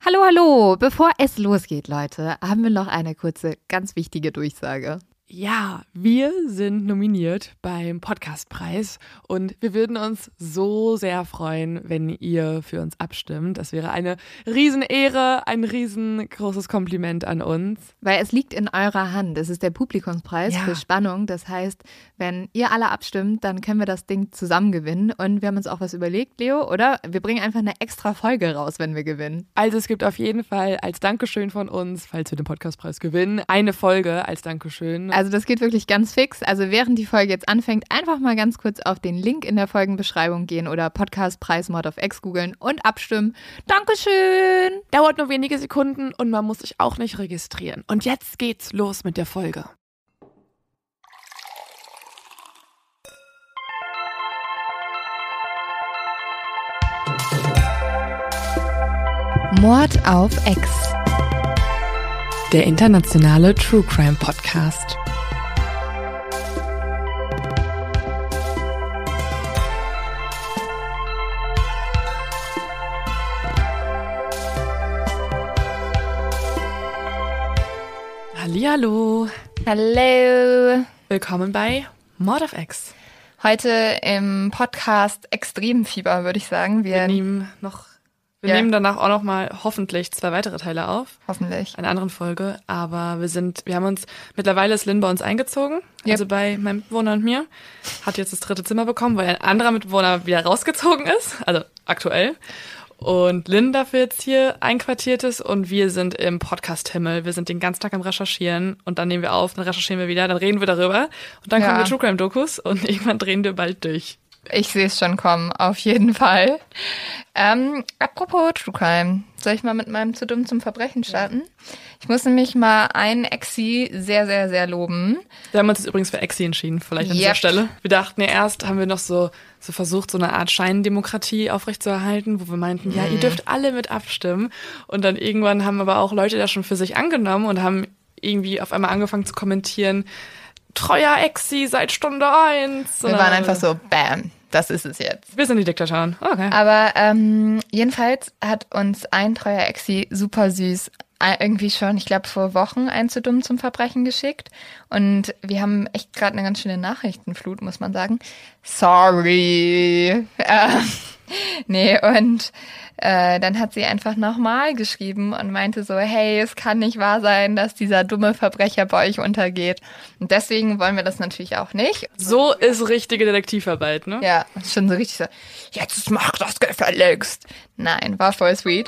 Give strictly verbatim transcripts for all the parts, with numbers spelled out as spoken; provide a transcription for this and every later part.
Hallo, hallo! Bevor es losgeht, Leute, haben wir noch eine kurze, ganz wichtige Durchsage. Ja, wir sind nominiert beim Podcastpreis und wir würden uns so sehr freuen, wenn ihr für uns abstimmt. Das wäre eine Riesenehre, ein riesengroßes Kompliment an uns. Weil es liegt in eurer Hand. Es ist der Publikumspreis Ja. für Spannung. Das heißt, wenn ihr alle abstimmt, dann können wir das Ding zusammen gewinnen. Und wir haben uns auch was überlegt, Leo, oder? Wir bringen einfach eine extra Folge raus, wenn wir gewinnen. Also es gibt auf jeden Fall als Dankeschön von uns, falls wir den Podcastpreis gewinnen, eine Folge als Dankeschön. Also das geht wirklich ganz fix. Also während die Folge jetzt anfängt, einfach mal ganz kurz auf den Link in der Folgenbeschreibung gehen oder Podcastpreis Mod of X googeln und abstimmen. Dankeschön! Dauert nur wenige Sekunden und man muss sich auch nicht registrieren. Und jetzt geht's los mit der Folge. Mord auf X. Der internationale True Crime Podcast. Hallihallo. Hallo! Willkommen bei Mord of X. Heute im Podcast Extremfieber, würde ich sagen. Wir, Wir nehmen noch, wir Ja. nehmen danach auch noch mal hoffentlich zwei weitere Teile auf. hoffentlich. Einer anderen Folge, aber wir sind, wir haben uns, mittlerweile ist Lynn bei uns eingezogen, Yep. also bei meinem Mitbewohner und mir, hat jetzt das dritte Zimmer bekommen, weil ein anderer Mitbewohner wieder rausgezogen ist, also aktuell, und Lynn dafür jetzt hier einquartiert ist und wir sind im Podcast-Himmel, wir sind den ganzen Tag am Recherchieren und dann nehmen wir auf, dann recherchieren wir wieder, dann reden wir darüber und dann Ja. kommen wir True Crime Dokus und irgendwann drehen wir bald durch. Ich sehe es schon kommen, auf jeden Fall. Ähm, apropos True Crime, soll ich mal mit meinem zu dumm zum Verbrechen starten? Ich muss nämlich mal einen Exi sehr, sehr, sehr loben. Wir haben uns jetzt übrigens für Exi entschieden, vielleicht an Yep. dieser Stelle. Wir dachten ja erst, haben wir noch so, so versucht, so eine Art Scheindemokratie aufrechtzuerhalten, wo wir meinten, ja, ihr dürft alle mit abstimmen. Und dann irgendwann haben aber auch Leute das schon für sich angenommen und haben irgendwie auf einmal angefangen zu kommentieren, treuer Exi seit Stunde eins. Wir waren einfach so, bam, das ist es jetzt. Wir sind die Diktatoren. Okay. Aber ähm, jedenfalls hat uns ein treuer Exi super süß äh, irgendwie schon, ich glaube vor Wochen, ein zu dumm zum Verbrechen geschickt. Und wir haben echt gerade eine ganz schöne Nachrichtenflut, muss man sagen. Sorry. Äh, nee, und äh, dann hat sie einfach nochmal geschrieben und meinte so, hey, es kann nicht wahr sein, dass dieser dumme Verbrecher bei euch untergeht. Und deswegen wollen wir das natürlich auch nicht. So ist richtige Detektivarbeit, ne? Ja, schon so richtig so, jetzt mach das gefälligst. Nein, war voll sweet.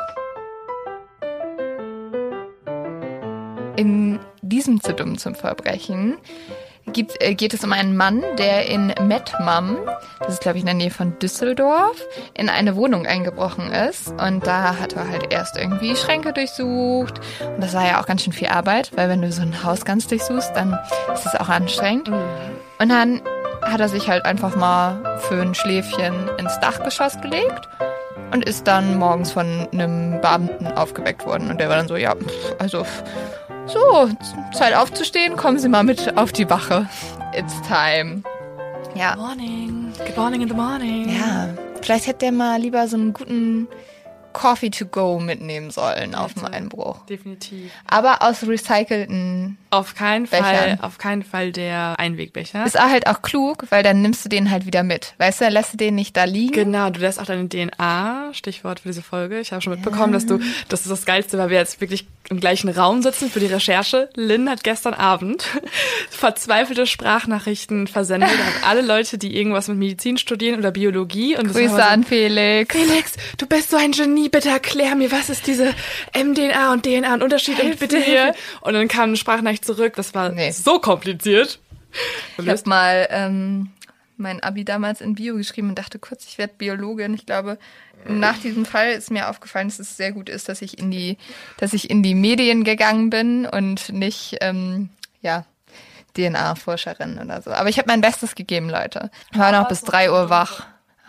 In diesem zu dumm zum Verbrechen gibt, äh, geht es um einen Mann, der in Mettmann, das ist glaube ich in der Nähe von Düsseldorf, in eine Wohnung eingebrochen ist. Und da hat er halt erst irgendwie Schränke durchsucht. Und das war ja auch ganz schön viel Arbeit, weil wenn du so ein Haus ganz durchsuchst, dann ist es auch anstrengend. Und dann hat er sich halt einfach mal für ein Schläfchen ins Dachgeschoss gelegt und ist dann morgens von einem Beamten aufgeweckt worden. Und der war dann so, ja, pff, also, so, Zeit aufzustehen, kommen Sie mal mit auf die Wache. It's time. Ja. Morning. Good morning in the morning. Ja, vielleicht hätte der mal lieber so einen guten Coffee to go mitnehmen sollen auf dem Einbruch. Definitiv. Aber aus recycelten. Auf keinen Fall, Bechern. auf keinen Fall der Einwegbecher. Ist auch halt auch klug, weil dann nimmst du den halt wieder mit. Weißt du, dann lässt du den nicht da liegen. Genau, du lässt auch deine D N A, Stichwort für diese Folge. Ich habe schon mitbekommen, dass du, das ist das Geilste, weil wir jetzt wirklich im gleichen Raum sitzen für die Recherche. Lynn hat gestern Abend verzweifelte Sprachnachrichten versendet an alle Leute, die irgendwas mit Medizin studieren oder Biologie. Und das war Grüße immer so, an Felix. Felix, du bist so ein Genie, bitte erklär mir, was ist diese mDNA und D N A und Unterschied und bitte mir. hilf mir. Und dann kam eine Sprachnachricht zurück, das war Nee. so kompliziert. Ich habe mal ähm, mein Abi damals in Bio geschrieben und dachte kurz, ich werde Biologin. Ich glaube, nach diesem Fall ist mir aufgefallen, dass es sehr gut ist, dass ich in die, dass ich in die Medien gegangen bin und nicht, ähm, ja, D N A-Forscherin oder so. Aber ich habe mein Bestes gegeben, Leute. Ich war noch bis drei Uhr wach.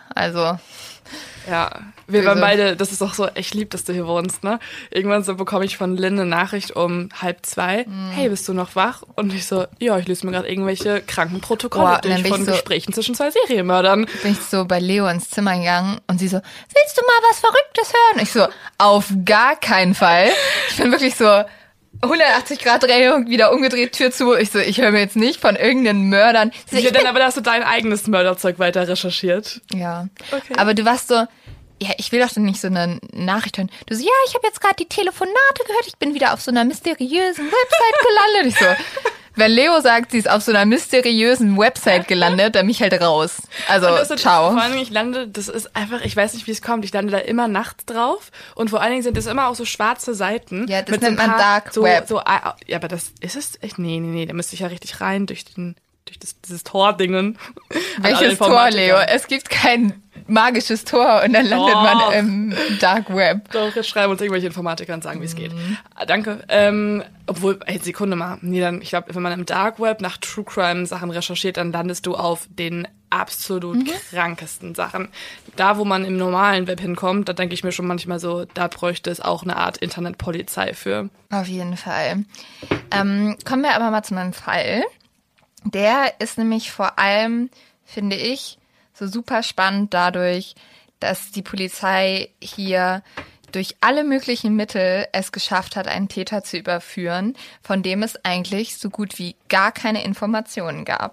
Also... Ja, wir waren beide, das ist auch so echt lieb, dass du hier wohnst, ne? Irgendwann so bekomme ich von Lynn eine Nachricht um halb zwei. Mm. Hey, bist du noch wach? Und ich so, ja, ich lese mir gerade irgendwelche Krankenprotokolle Boah, durch von so, Gesprächen zwischen zwei Serienmördern. Bin ich so bei Leo ins Zimmer gegangen und sie so, willst du mal was Verrücktes hören? Ich so, auf gar keinen Fall. Ich bin wirklich so hundertachtzig Grad Drehung, wieder umgedreht, Tür zu. Ich so, ich höre mir jetzt nicht von irgendeinen Mördern. So, ja, dann aber da hast du dein eigenes Mörderzeug weiter recherchiert. Ja, okay. Aber du warst so... Ja, ich will doch nicht so eine Nachricht hören. Du so, ja, ich habe jetzt gerade die Telefonate gehört, ich bin wieder auf so einer mysteriösen Website gelandet. Ich so, wenn Leo sagt, sie ist auf so einer mysteriösen Website gelandet, dann mich halt raus. Also, ist, ciao. Vor allen Dingen, ich lande, das ist einfach, ich weiß nicht, wie es kommt, ich lande da immer nachts drauf und vor allen Dingen sind das immer auch so schwarze Seiten. Ja, das mit nennt so man Dark so, Web. So, ja, aber das, ist es echt? Nee, nee, nee, da müsste ich ja richtig rein durch den, durch das, dieses Tor-Dingen. Welches Tor, Leo? Es gibt kein magisches Tor und dann landet oh. man im Dark Web. Doch, jetzt schreiben uns irgendwelche Informatiker und sagen, wie es geht. Ah, danke. Ähm, obwohl, ey, Sekunde mal. Nee, dann, ich glaube, wenn man im Dark Web nach True Crime Sachen recherchiert, dann landest du auf den absolut mhm. krankesten Sachen. Da, wo man im normalen Web hinkommt, da denke ich mir schon manchmal so, da bräuchte es auch eine Art Internetpolizei für. Auf jeden Fall. Ähm, kommen wir aber mal zu meinem Fall. Der ist nämlich vor allem, finde ich, so super spannend dadurch, dass die Polizei hier durch alle möglichen Mittel es geschafft hat, einen Täter zu überführen, von dem es eigentlich so gut wie gar keine Informationen gab.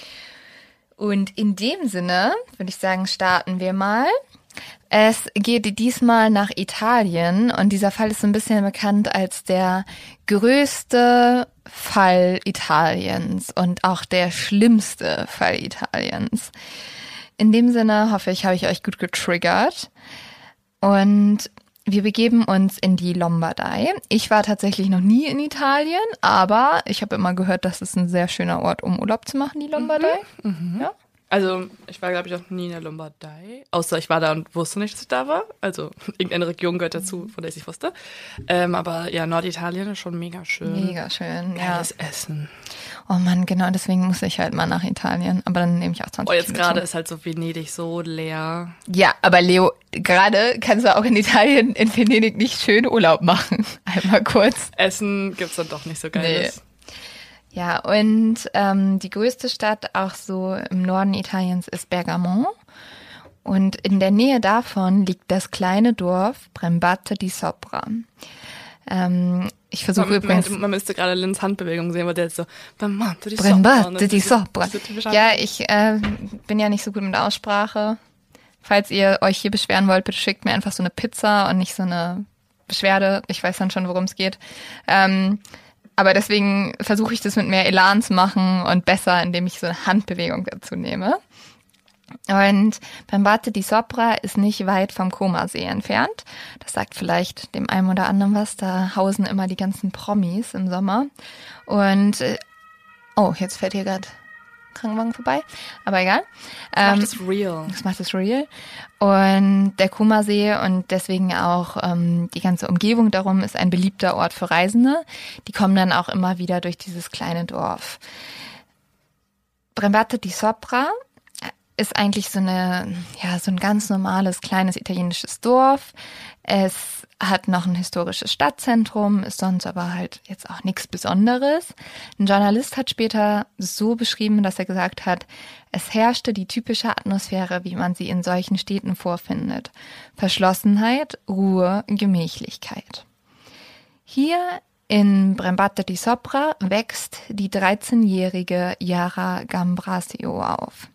Und in dem Sinne, würde ich sagen, starten wir mal. Es geht diesmal nach Italien und dieser Fall ist so ein bisschen bekannt als der größte Fall Italiens und auch der schlimmste Fall Italiens. In dem Sinne hoffe ich, habe ich euch gut getriggert und wir begeben uns in die Lombardei. Ich war tatsächlich noch nie in Italien, aber ich habe immer gehört, das ist ein sehr schöner Ort, um Urlaub zu machen, die Lombardei. Mhm. Ja. Also ich war, glaube ich, auch nie in der Lombardei, außer ich war da und wusste nicht, dass ich da war. Also irgendeine Region gehört dazu, von der ich nicht wusste. Ähm, aber ja, Norditalien ist schon mega schön. Mega schön, ja. Geiles Essen. Oh Mann, genau, deswegen muss ich halt mal nach Italien. Aber dann nehme ich auch zwanzig Oh, jetzt gerade ist halt so Venedig so leer. Ja, aber Leo, gerade kannst du auch in Italien, in Venedig nicht schön Urlaub machen. Einmal kurz. Essen gibt's dann doch nicht so geiles. Nee. Ja, und ähm, die größte Stadt auch so im Norden Italiens ist Bergamo. Und in der Nähe davon liegt das kleine Dorf Brembate di Sopra. Ähm, ich versuche man, übrigens... Man, man müsste gerade Lins Handbewegung sehen, weil der ist so Brembate di Sopra. Brembate di Sopra. Ja, ich äh, bin ja nicht so gut mit Aussprache. Falls ihr euch hier beschweren wollt, bitte schickt mir einfach so eine Pizza und nicht so eine Beschwerde. Ich weiß dann schon, worum es geht. Ähm... Aber deswegen versuche ich das mit mehr Elan zu machen und besser, indem ich so eine Handbewegung dazu nehme. Und Brembate di Sopra ist nicht weit vom Comasee entfernt. Das sagt vielleicht dem einen oder anderen was. Da hausen immer die ganzen Promis im Sommer. Und, oh, jetzt fährt hier gerade Krankenwagen vorbei. Aber egal. Das ähm, macht es real. Das macht es real. Und der Comasee und deswegen auch ähm, die ganze Umgebung darum ist ein beliebter Ort für Reisende. Die kommen dann auch immer wieder durch dieses kleine Dorf. Brembate di Sopra ist eigentlich so eine, ja, so ein ganz normales kleines italienisches Dorf. Es hat noch ein historisches Stadtzentrum, ist sonst aber halt jetzt auch nichts Besonderes. Ein Journalist hat später so beschrieben, dass er gesagt hat, es herrschte die typische Atmosphäre, wie man sie in solchen Städten vorfindet. Verschlossenheit, Ruhe, Gemächlichkeit. Hier in Brembate di Sopra wächst die dreizehnjährige Yara Gambrasio auf.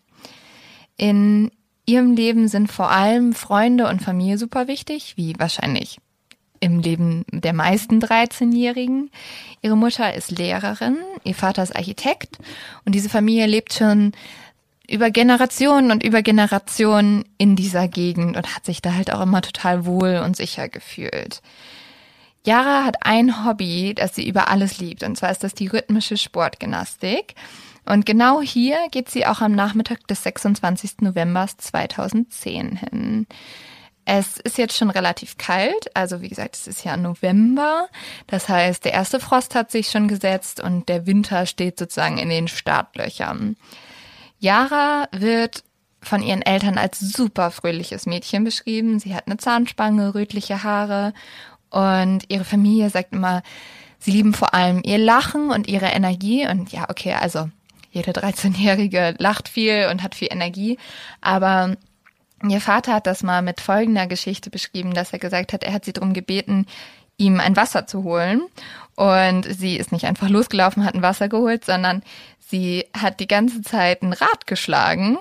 In ihrem Leben sind vor allem Freunde und Familie super wichtig, wie wahrscheinlich im Leben der meisten dreizehnjährigen. Ihre Mutter ist Lehrerin, ihr Vater ist Architekt und diese Familie lebt schon über Generationen und über Generationen in dieser Gegend und hat sich da halt auch immer total wohl und sicher gefühlt. Yara hat ein Hobby, das sie über alles liebt, und zwar ist das die rhythmische Sportgymnastik. Und genau hier geht sie auch am Nachmittag des sechsundzwanzigsten November zweitausendzehn hin. Es ist jetzt schon relativ kalt, also wie gesagt, es ist ja November. Das heißt, der erste Frost hat sich schon gesetzt und der Winter steht sozusagen in den Startlöchern. Yara wird von ihren Eltern als super fröhliches Mädchen beschrieben. Sie hat eine Zahnspange, rötliche Haare und ihre Familie sagt immer, sie lieben vor allem ihr Lachen und ihre Energie. Und ja, okay, also jede dreizehnjährige lacht viel und hat viel Energie, aber ihr Vater hat das mal mit folgender Geschichte beschrieben, dass er gesagt hat, er hat sie darum gebeten, ihm ein Wasser zu holen. Und sie ist nicht einfach losgelaufen, hat ein Wasser geholt, sondern sie hat die ganze Zeit ein Rad geschlagen,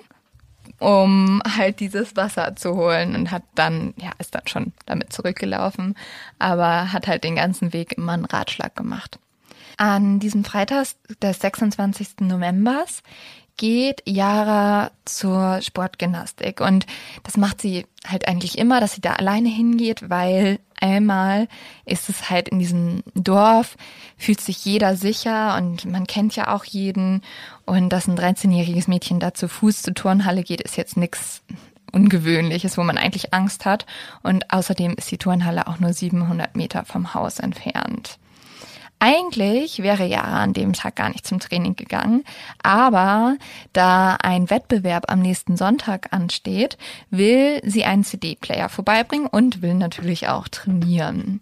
um halt dieses Wasser zu holen und hat dann, ja, ist dann schon damit zurückgelaufen, aber hat halt den ganzen Weg immer einen Ratschlag gemacht. An diesem Freitag des sechsundzwanzigsten November geht Yara zur Sportgymnastik und das macht sie halt eigentlich immer, dass sie da alleine hingeht, weil einmal ist es halt in diesem Dorf, fühlt sich jeder sicher und man kennt ja auch jeden und dass ein dreizehnjähriges Mädchen da zu Fuß zur Turnhalle geht, ist jetzt nichts Ungewöhnliches, wo man eigentlich Angst hat und außerdem ist die Turnhalle auch nur siebenhundert Meter vom Haus entfernt. Eigentlich wäre Yara an dem Tag gar nicht zum Training gegangen, aber da ein Wettbewerb am nächsten Sonntag ansteht, will sie einen C D-Player vorbeibringen und will natürlich auch trainieren.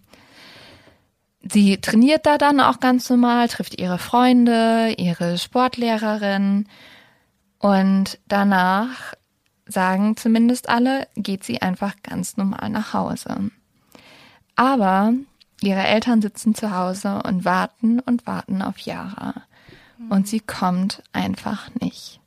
Sie trainiert da dann auch ganz normal, trifft ihre Freunde, ihre Sportlehrerin und danach, sagen zumindest alle, geht sie einfach ganz normal nach Hause. Aber ihre Eltern sitzen zu Hause und warten und warten auf Yara. Und sie kommt einfach nicht.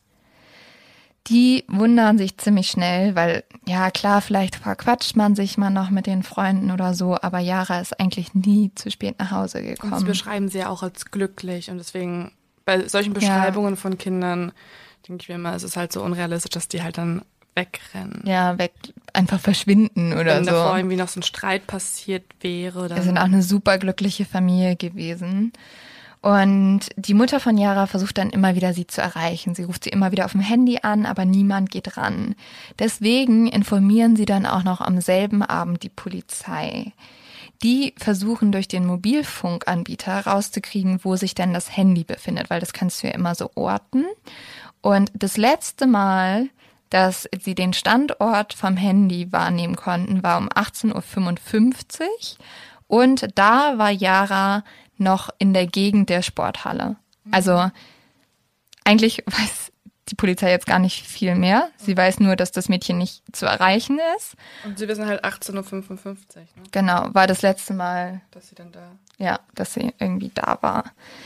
Die wundern sich ziemlich schnell, weil, ja klar, vielleicht verquatscht man sich mal noch mit den Freunden oder so, aber Yara ist eigentlich nie zu spät nach Hause gekommen. Und sie beschreiben sie ja auch als glücklich und deswegen, bei solchen Beschreibungen ja. von Kindern, denke ich mir immer, es ist halt so unrealistisch, dass die halt dann wegrennen. Ja, weg, einfach verschwinden oder Wenn so. Wenn davor irgendwie noch so ein Streit passiert wäre. Dann Wir sind auch eine super glückliche Familie gewesen. Und die Mutter von Yara versucht dann immer wieder, sie zu erreichen. Sie ruft sie immer wieder auf dem Handy an, aber niemand geht ran. Deswegen informieren sie dann auch noch am selben Abend die Polizei. Die versuchen durch den Mobilfunkanbieter rauszukriegen, wo sich denn das Handy befindet, weil das kannst du ja immer so orten. Und das letzte Mal, dass sie den Standort vom Handy wahrnehmen konnten, war um achtzehn Uhr fünfundfünfzig und da war Yara noch in der Gegend der Sporthalle. Also eigentlich weiß die Polizei jetzt gar nicht viel mehr. Sie weiß nur, dass das Mädchen nicht zu erreichen ist. Und sie wissen halt achtzehn Uhr fünfundfünfzig. Ne? Genau, war das letzte Mal, dass sie dann da. Ja, dass sie irgendwie da war.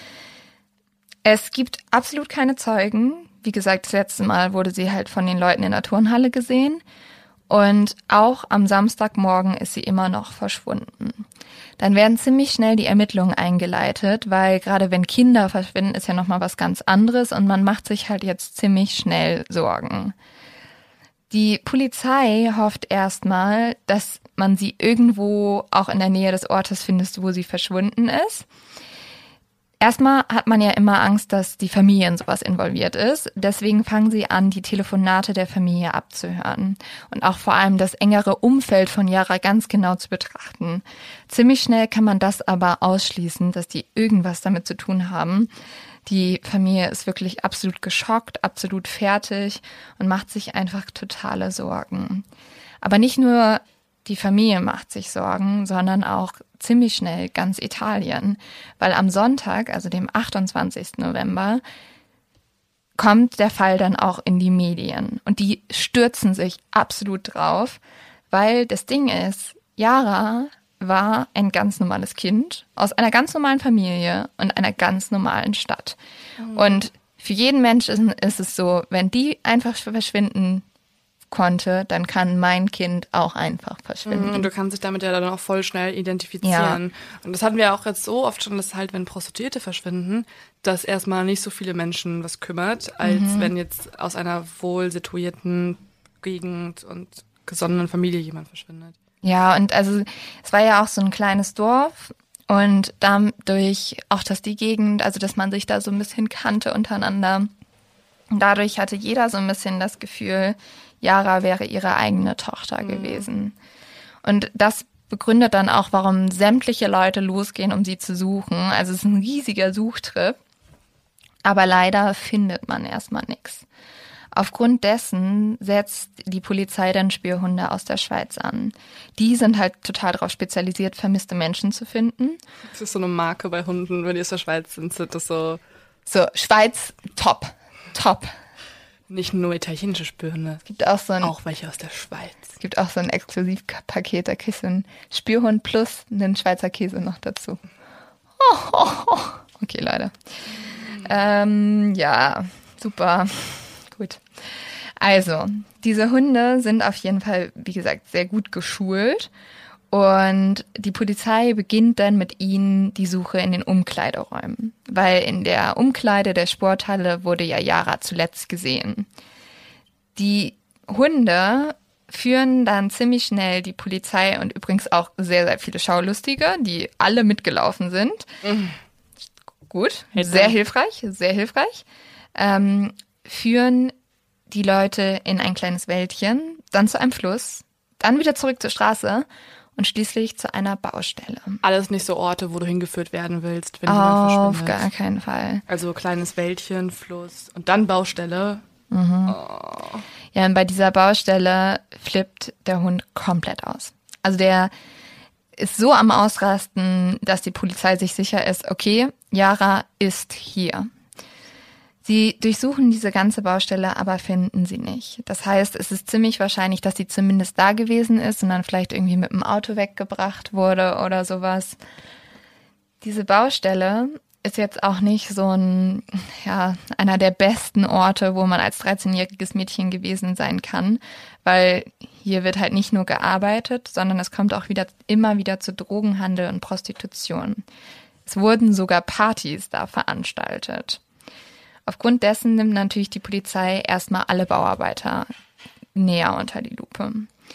Es gibt absolut keine Zeugen. Wie gesagt, das letzte Mal wurde sie halt von den Leuten in der Turnhalle gesehen. Und auch am Samstagmorgen ist sie immer noch verschwunden. Dann werden ziemlich schnell die Ermittlungen eingeleitet, weil gerade wenn Kinder verschwinden, ist ja nochmal was ganz anderes und man macht sich halt jetzt ziemlich schnell Sorgen. Die Polizei hofft erstmal, dass man sie irgendwo auch in der Nähe des Ortes findet, wo sie verschwunden ist. Erstmal hat man ja immer Angst, dass die Familie in sowas involviert ist. Deswegen fangen sie an, die Telefonate der Familie abzuhören. Und auch vor allem das engere Umfeld von Yara ganz genau zu betrachten. Ziemlich schnell kann man das aber ausschließen, dass die irgendwas damit zu tun haben. Die Familie ist wirklich absolut geschockt, absolut fertig und macht sich einfach totale Sorgen. Aber nicht nur die Familie macht sich Sorgen, sondern auch ziemlich schnell ganz Italien. Weil am Sonntag, also dem achtundzwanzigsten November, kommt der Fall dann auch in die Medien. Und die stürzen sich absolut drauf, weil das Ding ist, Yara war ein ganz normales Kind aus einer ganz normalen Familie und einer ganz normalen Stadt. Mhm. Und für jeden Menschen ist es so, wenn die einfach verschwinden konnte, dann kann mein Kind auch einfach verschwinden. Und du kannst dich damit ja dann auch voll schnell identifizieren. Ja. Und das hatten wir auch jetzt so oft schon, dass halt, wenn Prostituierte verschwinden, dass erstmal nicht so viele Menschen was kümmert, als mhm. wenn jetzt aus einer wohl situierten Gegend und gesonnenen Familie jemand verschwindet. Ja, und also es war ja auch so ein kleines Dorf und dadurch auch, dass die Gegend, also dass man sich da so ein bisschen kannte untereinander. Und dadurch hatte jeder so ein bisschen das Gefühl, Yara wäre ihre eigene Tochter mhm. gewesen. Und das begründet dann auch, warum sämtliche Leute losgehen, um sie zu suchen. Also es ist ein riesiger Suchtrip. Aber leider findet man erstmal nichts. Aufgrund dessen setzt die Polizei dann Spürhunde aus der Schweiz an. Die sind halt total darauf spezialisiert, vermisste Menschen zu finden. Das ist so eine Marke bei Hunden, wenn die aus der Schweiz sind, sind das so... So, Schweiz, top, top. Nicht nur italienische Spürhunde. Es gibt auch so ein, auch welche aus der Schweiz. Es gibt auch so ein Exklusivpaket, da kriegst du einen Spürhund plus einen Schweizer Käse noch dazu. Oh, oh, oh. Okay, Leute. Ähm, ja, super. Gut. Also, diese Hunde sind auf jeden Fall, wie gesagt, sehr gut geschult. Und die Polizei beginnt dann mit ihnen die Suche in den Umkleideräumen. Weil in der Umkleide der Sporthalle wurde ja Yara zuletzt gesehen. Die Hunde führen dann ziemlich schnell die Polizei und übrigens auch sehr, sehr viele Schaulustige, die alle mitgelaufen sind. Mhm. Gut, sehr hilfreich, sehr hilfreich. Ähm, führen die Leute in ein kleines Wäldchen, dann zu einem Fluss, dann wieder zurück zur Straße und schließlich zu einer Baustelle. Alles nicht so Orte, wo du hingeführt werden willst, wenn jemand verschwindet. Auf gar keinen Fall. Also kleines Wäldchen, Fluss und dann Baustelle. Mhm. Oh. Ja, und bei dieser Baustelle flippt der Hund komplett aus. Also der ist so am Ausrasten, dass die Polizei sich sicher ist, okay, Yara ist hier. Sie durchsuchen diese ganze Baustelle, aber finden sie nicht. Das heißt, es ist ziemlich wahrscheinlich, dass sie zumindest da gewesen ist und dann vielleicht irgendwie mit dem Auto weggebracht wurde oder sowas. Diese Baustelle ist jetzt auch nicht so ein, ja, einer der besten Orte, wo man als dreizehnjähriges Mädchen gewesen sein kann, weil hier wird halt nicht nur gearbeitet, sondern es kommt auch wieder immer wieder zu Drogenhandel und Prostitution. Es wurden sogar Partys da veranstaltet. Aufgrund dessen nimmt natürlich die Polizei erstmal alle Bauarbeiter näher unter die Lupe.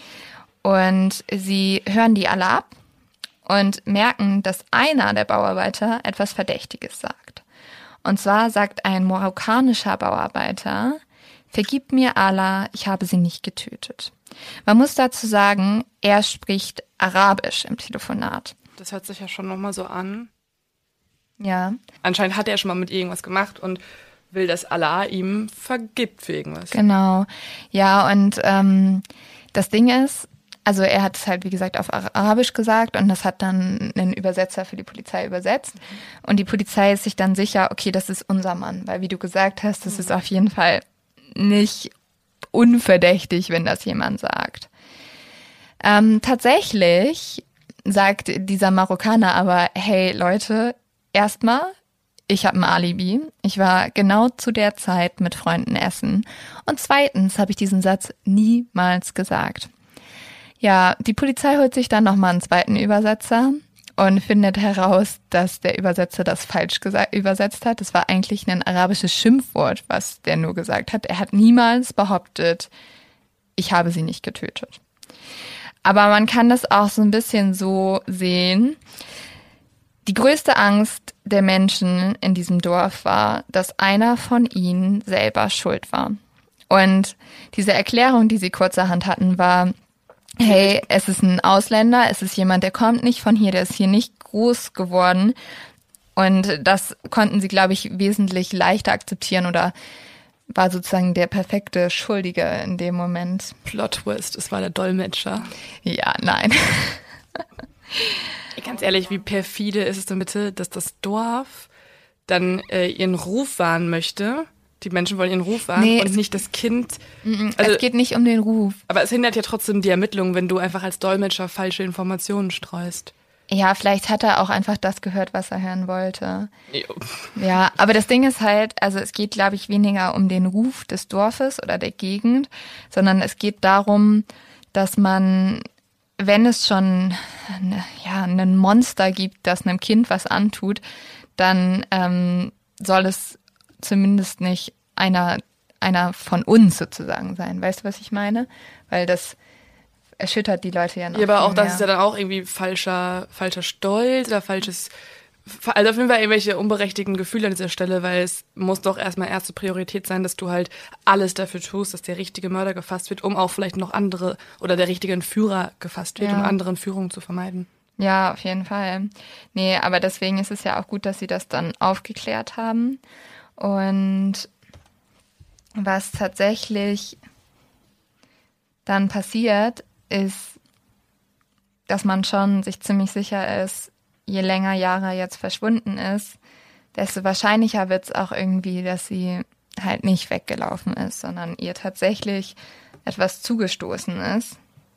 Und sie hören die alle ab und merken, dass einer der Bauarbeiter etwas Verdächtiges sagt. Und zwar sagt ein marokkanischer Bauarbeiter, vergib mir Allah, ich habe sie nicht getötet. Man muss dazu sagen, er spricht Arabisch im Telefonat. Das hört sich ja schon nochmal so an. Ja. Anscheinend hat er schon mal mit irgendwas gemacht und will, dass Allah ihm vergibt für irgendwas. Genau. Ja, und ähm, das Ding ist, also er hat es halt, wie gesagt, auf Arabisch gesagt und das hat dann ein Übersetzer für die Polizei übersetzt. Und die Polizei ist sich dann sicher, okay, das ist unser Mann. Weil wie du gesagt hast, das ist auf jeden Fall nicht unverdächtig, wenn das jemand sagt. Ähm, tatsächlich sagt dieser Marokkaner aber, hey Leute, erstmal, ich habe ein Alibi. Ich war genau zu der Zeit mit Freunden essen. Und zweitens habe ich diesen Satz niemals gesagt. Ja, die Polizei holt sich dann nochmal einen zweiten Übersetzer und findet heraus, dass der Übersetzer das falsch gesa- übersetzt hat. Das war eigentlich ein arabisches Schimpfwort, was der nur gesagt hat. Er hat niemals behauptet, ich habe sie nicht getötet. Aber man kann das auch so ein bisschen so sehen. Die größte Angst der Menschen in diesem Dorf war, dass einer von ihnen selber schuld war. Und diese Erklärung, die sie kurzerhand hatten, war, hey, es ist ein Ausländer, es ist jemand, der kommt nicht von hier, der ist hier nicht groß geworden. Und das konnten sie, glaube ich, wesentlich leichter akzeptieren oder war sozusagen der perfekte Schuldige in dem Moment. Plot Twist, es war der Dolmetscher. Ja, nein. Ganz ehrlich, wie perfide ist es denn bitte, dass das Dorf dann äh, ihren Ruf wahren möchte? Die Menschen wollen ihren Ruf wahren nee, und nicht das Kind. Also, es geht nicht um den Ruf. Aber es hindert ja trotzdem die Ermittlungen, wenn du einfach als Dolmetscher falsche Informationen streust. Ja, vielleicht hat er auch einfach das gehört, was er hören wollte. Jo. Ja, aber das Ding ist halt, also es geht, glaube ich, weniger um den Ruf des Dorfes oder der Gegend, sondern es geht darum, dass man, wenn es schon eine, ja, ein Monster gibt, das einem Kind was antut, dann ähm, soll es zumindest nicht einer, einer von uns sozusagen sein. Weißt du, was ich meine? Weil das erschüttert die Leute ja noch. Ja, aber auch mehr. Das ist ja dann auch irgendwie falscher, falscher Stolz oder falsches, also auf jeden Fall irgendwelche unberechtigten Gefühle an dieser Stelle, weil es muss doch erstmal erste Priorität sein, dass du halt alles dafür tust, dass der richtige Mörder gefasst wird, um auch vielleicht noch andere oder der richtige Entführer gefasst wird, ja. um andere Entführungen zu vermeiden. Ja, auf jeden Fall. Nee, aber deswegen ist es ja auch gut, dass sie das dann aufgeklärt haben. Und was tatsächlich dann passiert, ist, dass man schon sich ziemlich sicher ist, je länger Yara jetzt verschwunden ist, desto wahrscheinlicher wird es auch irgendwie, dass sie halt nicht weggelaufen ist, sondern ihr tatsächlich etwas zugestoßen ist.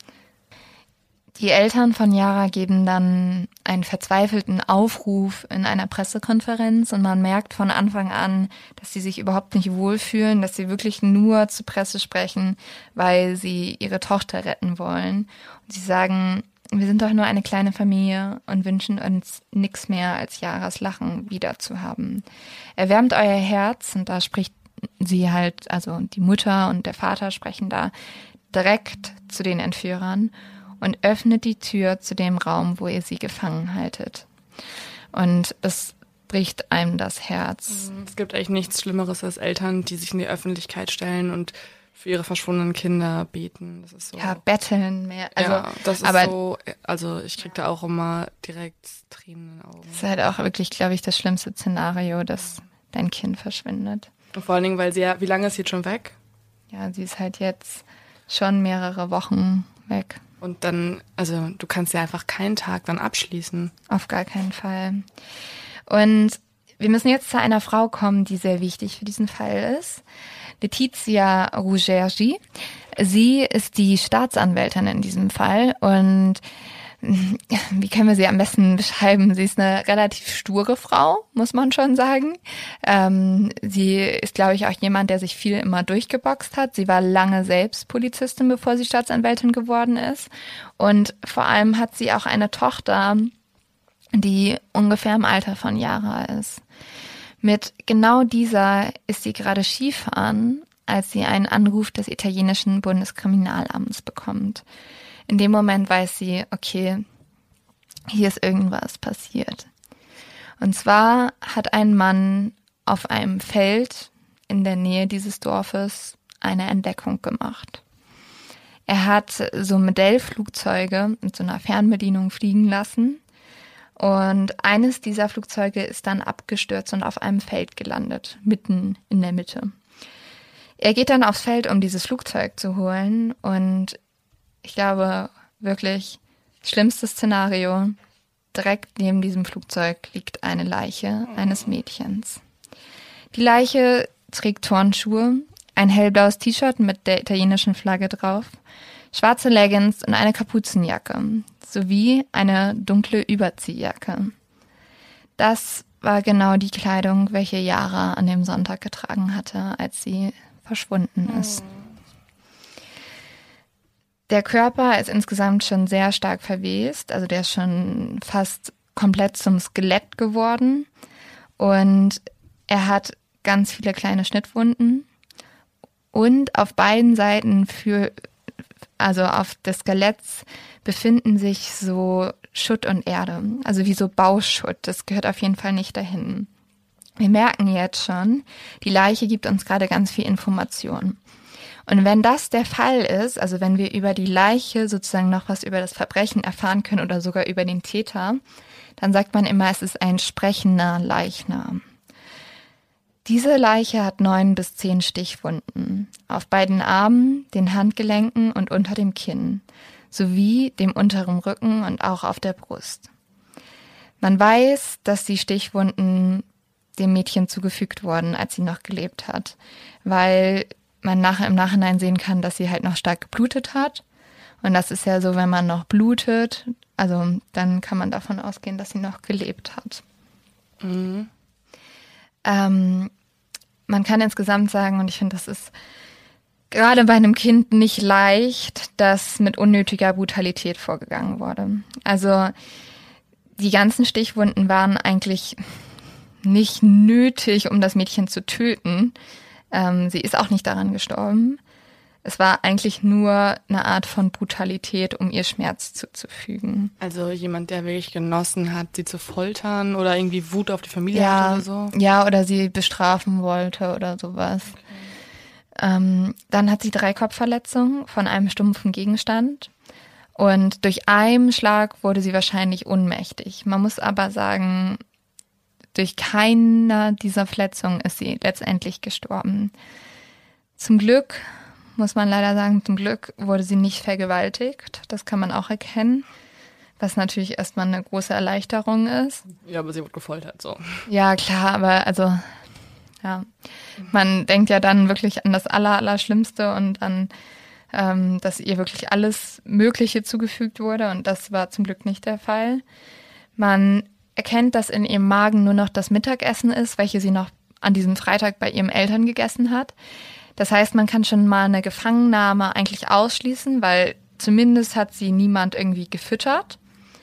Die Eltern von Yara geben dann einen verzweifelten Aufruf in einer Pressekonferenz und man merkt von Anfang an, dass sie sich überhaupt nicht wohlfühlen, dass sie wirklich nur zur Presse sprechen, weil sie ihre Tochter retten wollen. Und sie sagen, wir sind doch nur eine kleine Familie und wünschen uns nichts mehr, als Yaras Lachen wieder zu haben. Erwärmt euer Herz, und da spricht sie halt, also die Mutter und der Vater sprechen da direkt zu den Entführern und öffnet die Tür zu dem Raum, wo ihr sie gefangen haltet. Und es bricht einem das Herz. Es gibt eigentlich nichts Schlimmeres als Eltern, die sich in die Öffentlichkeit stellen und für ihre verschwundenen Kinder beten. Das ist so. Ja, betteln mehr. Also, ja, das ist aber so, also ich krieg da auch immer direkt Tränen in den Augen. Das ist halt auch wirklich, glaube ich, das schlimmste Szenario, dass dein Kind verschwindet. Und vor allen Dingen, weil sie ja, wie lange ist sie jetzt schon weg? Ja, sie ist halt jetzt schon mehrere Wochen weg. Und dann, also du kannst ja einfach keinen Tag dann abschließen. Auf gar keinen Fall. Und wir müssen jetzt zu einer Frau kommen, die sehr wichtig für diesen Fall ist. Letizia Rougergi. Sie ist die Staatsanwältin in diesem Fall und wie können wir sie am besten beschreiben? Sie ist eine relativ sture Frau, muss man schon sagen. Ähm, sie ist, glaube ich, auch jemand, der sich viel immer durchgeboxt hat. Sie war lange selbst Polizistin, bevor sie Staatsanwältin geworden ist. Und vor allem hat sie auch eine Tochter, die ungefähr im Alter von Yara ist. Mit genau dieser ist sie gerade Skifahren, als sie einen Anruf des italienischen Bundeskriminalamts bekommt. In dem Moment weiß sie, okay, hier ist irgendwas passiert. Und zwar hat ein Mann auf einem Feld in der Nähe dieses Dorfes eine Entdeckung gemacht. Er hat so Modellflugzeuge mit so einer Fernbedienung fliegen lassen. Und eines dieser Flugzeuge ist dann abgestürzt und auf einem Feld gelandet, mitten in der Mitte. Er geht dann aufs Feld, um dieses Flugzeug zu holen und ich glaube wirklich, schlimmstes Szenario, direkt neben diesem Flugzeug liegt eine Leiche eines Mädchens. Die Leiche trägt Turnschuhe, ein hellblaues T-Shirt mit der italienischen Flagge drauf, schwarze Leggings und eine Kapuzenjacke, sowie eine dunkle Überziehjacke. Das war genau die Kleidung, welche Yara an dem Sonntag getragen hatte, als sie verschwunden ist. Der Körper ist insgesamt schon sehr stark verwest, also der ist schon fast komplett zum Skelett geworden und er hat ganz viele kleine Schnittwunden und auf beiden Seiten für, also auf des Skeletts befinden sich so Schutt und Erde, also wie so Bauschutt, das gehört auf jeden Fall nicht dahin. Wir merken jetzt schon, die Leiche gibt uns gerade ganz viel Information. Und wenn das der Fall ist, also wenn wir über die Leiche sozusagen noch was über das Verbrechen erfahren können oder sogar über den Täter, dann sagt man immer, es ist ein sprechender Leichnam. Diese Leiche hat neun bis zehn Stichwunden auf beiden Armen, den Handgelenken und unter dem Kinn, sowie dem unteren Rücken und auch auf der Brust. Man weiß, dass die Stichwunden dem Mädchen zugefügt wurden, als sie noch gelebt hat, weil man nachher im Nachhinein sehen kann, dass sie halt noch stark geblutet hat. Und das ist ja so, wenn man noch blutet, also dann kann man davon ausgehen, dass sie noch gelebt hat. Mhm. Ähm, man kann insgesamt sagen, und ich finde, das ist gerade bei einem Kind nicht leicht, dass mit unnötiger Brutalität vorgegangen wurde. Also die ganzen Stichwunden waren eigentlich nicht nötig, um das Mädchen zu töten. Ähm, sie ist auch nicht daran gestorben. Es war eigentlich nur eine Art von Brutalität, um ihr Schmerz zuzufügen. Also jemand, der wirklich genossen hat, sie zu foltern oder irgendwie Wut auf die Familie ja, hat oder so? Ja, oder sie bestrafen wollte oder sowas. Okay. Ähm, dann hat sie drei Kopfverletzungen von einem stumpfen Gegenstand. Und durch einen Schlag wurde sie wahrscheinlich ohnmächtig. Man muss aber sagen, durch keiner dieser Verletzungen ist sie letztendlich gestorben. Zum Glück, muss man leider sagen, zum Glück wurde sie nicht vergewaltigt. Das kann man auch erkennen, was natürlich erstmal eine große Erleichterung ist. Ja, aber sie wurde gefoltert, so. Ja, klar, aber also, ja, man denkt ja dann wirklich an das Aller, Allerschlimmste und an, ähm, dass ihr wirklich alles Mögliche zugefügt wurde und das war zum Glück nicht der Fall. Man erkennt, dass in ihrem Magen nur noch das Mittagessen ist, welche sie noch an diesem Freitag bei ihren Eltern gegessen hat. Das heißt, man kann schon mal eine Gefangennahme eigentlich ausschließen, weil zumindest hat sie niemand irgendwie gefüttert.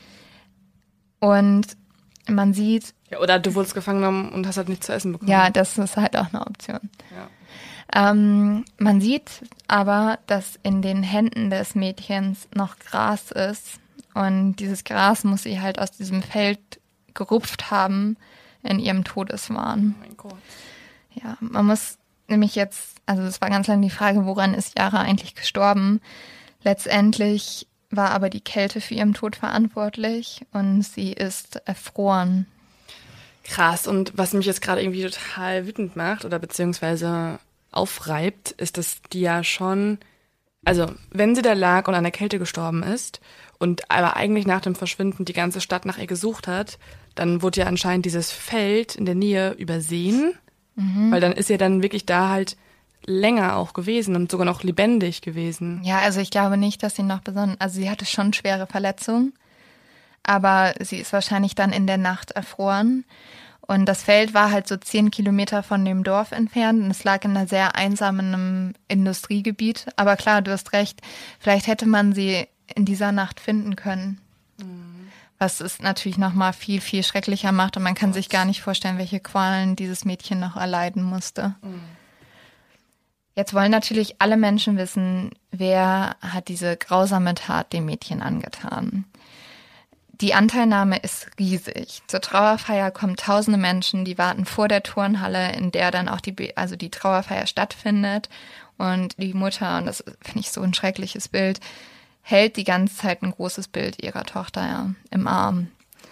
Und man sieht... Ja, oder du wurdest gefangen genommen und hast halt nichts zu essen bekommen. Ja, das ist halt auch eine Option. Ja. Ähm, man sieht aber, dass in den Händen des Mädchens noch Gras ist. Und dieses Gras muss sie halt aus diesem Feld gerupft haben in ihrem Todeswahn. Oh mein Gott. Ja, man muss nämlich jetzt, also es war ganz lange die Frage, woran ist Yara eigentlich gestorben? Letztendlich war aber die Kälte für ihren Tod verantwortlich und sie ist erfroren. Krass, und was mich jetzt gerade irgendwie total wütend macht oder beziehungsweise aufreibt, ist, dass die ja schon, also wenn sie da lag und an der Kälte gestorben ist und aber eigentlich nach dem Verschwinden die ganze Stadt nach ihr gesucht hat, dann wurde ja anscheinend dieses Feld in der Nähe übersehen, mhm. weil dann ist sie ja dann wirklich da halt länger auch gewesen und sogar noch lebendig gewesen. Ja, also ich glaube nicht, dass sie noch besonnen, also sie hatte schon schwere Verletzungen, aber sie ist wahrscheinlich dann in der Nacht erfroren. Und das Feld war halt so zehn Kilometer von dem Dorf entfernt und es lag in einer sehr einsamen Industriegebiet. Aber klar, du hast recht, vielleicht hätte man sie in dieser Nacht finden können. Mhm. Was es natürlich nochmal viel, viel schrecklicher macht und man kann Gott. sich gar nicht vorstellen, welche Qualen dieses Mädchen noch erleiden musste. Mhm. Jetzt wollen natürlich alle Menschen wissen, wer hat diese grausame Tat dem Mädchen angetan. Die Anteilnahme ist riesig. Zur Trauerfeier kommen tausende Menschen, die warten vor der Turnhalle, in der dann auch die, also die Trauerfeier stattfindet. Und die Mutter, und das finde ich so ein schreckliches Bild, hält die ganze Zeit ein großes Bild ihrer Tochter ja, im Arm.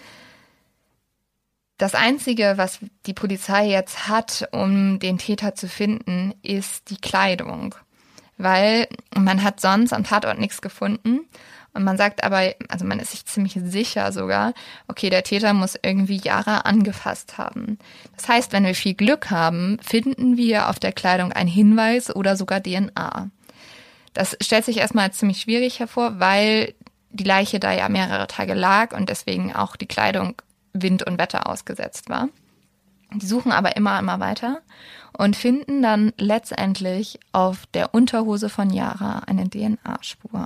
Das Einzige, was die Polizei jetzt hat, um den Täter zu finden, ist die Kleidung. Weil man hat sonst am Tatort nichts gefunden. Und man sagt aber, also man ist sich ziemlich sicher sogar, okay, der Täter muss irgendwie Yara angefasst haben. Das heißt, wenn wir viel Glück haben, finden wir auf der Kleidung einen Hinweis oder sogar D N A. Das stellt sich erstmal als ziemlich schwierig hervor, weil die Leiche da ja mehrere Tage lag und deswegen auch die Kleidung Wind und Wetter ausgesetzt war. Die suchen aber immer, immer weiter und finden dann letztendlich auf der Unterhose von Yara eine D N A-Spur.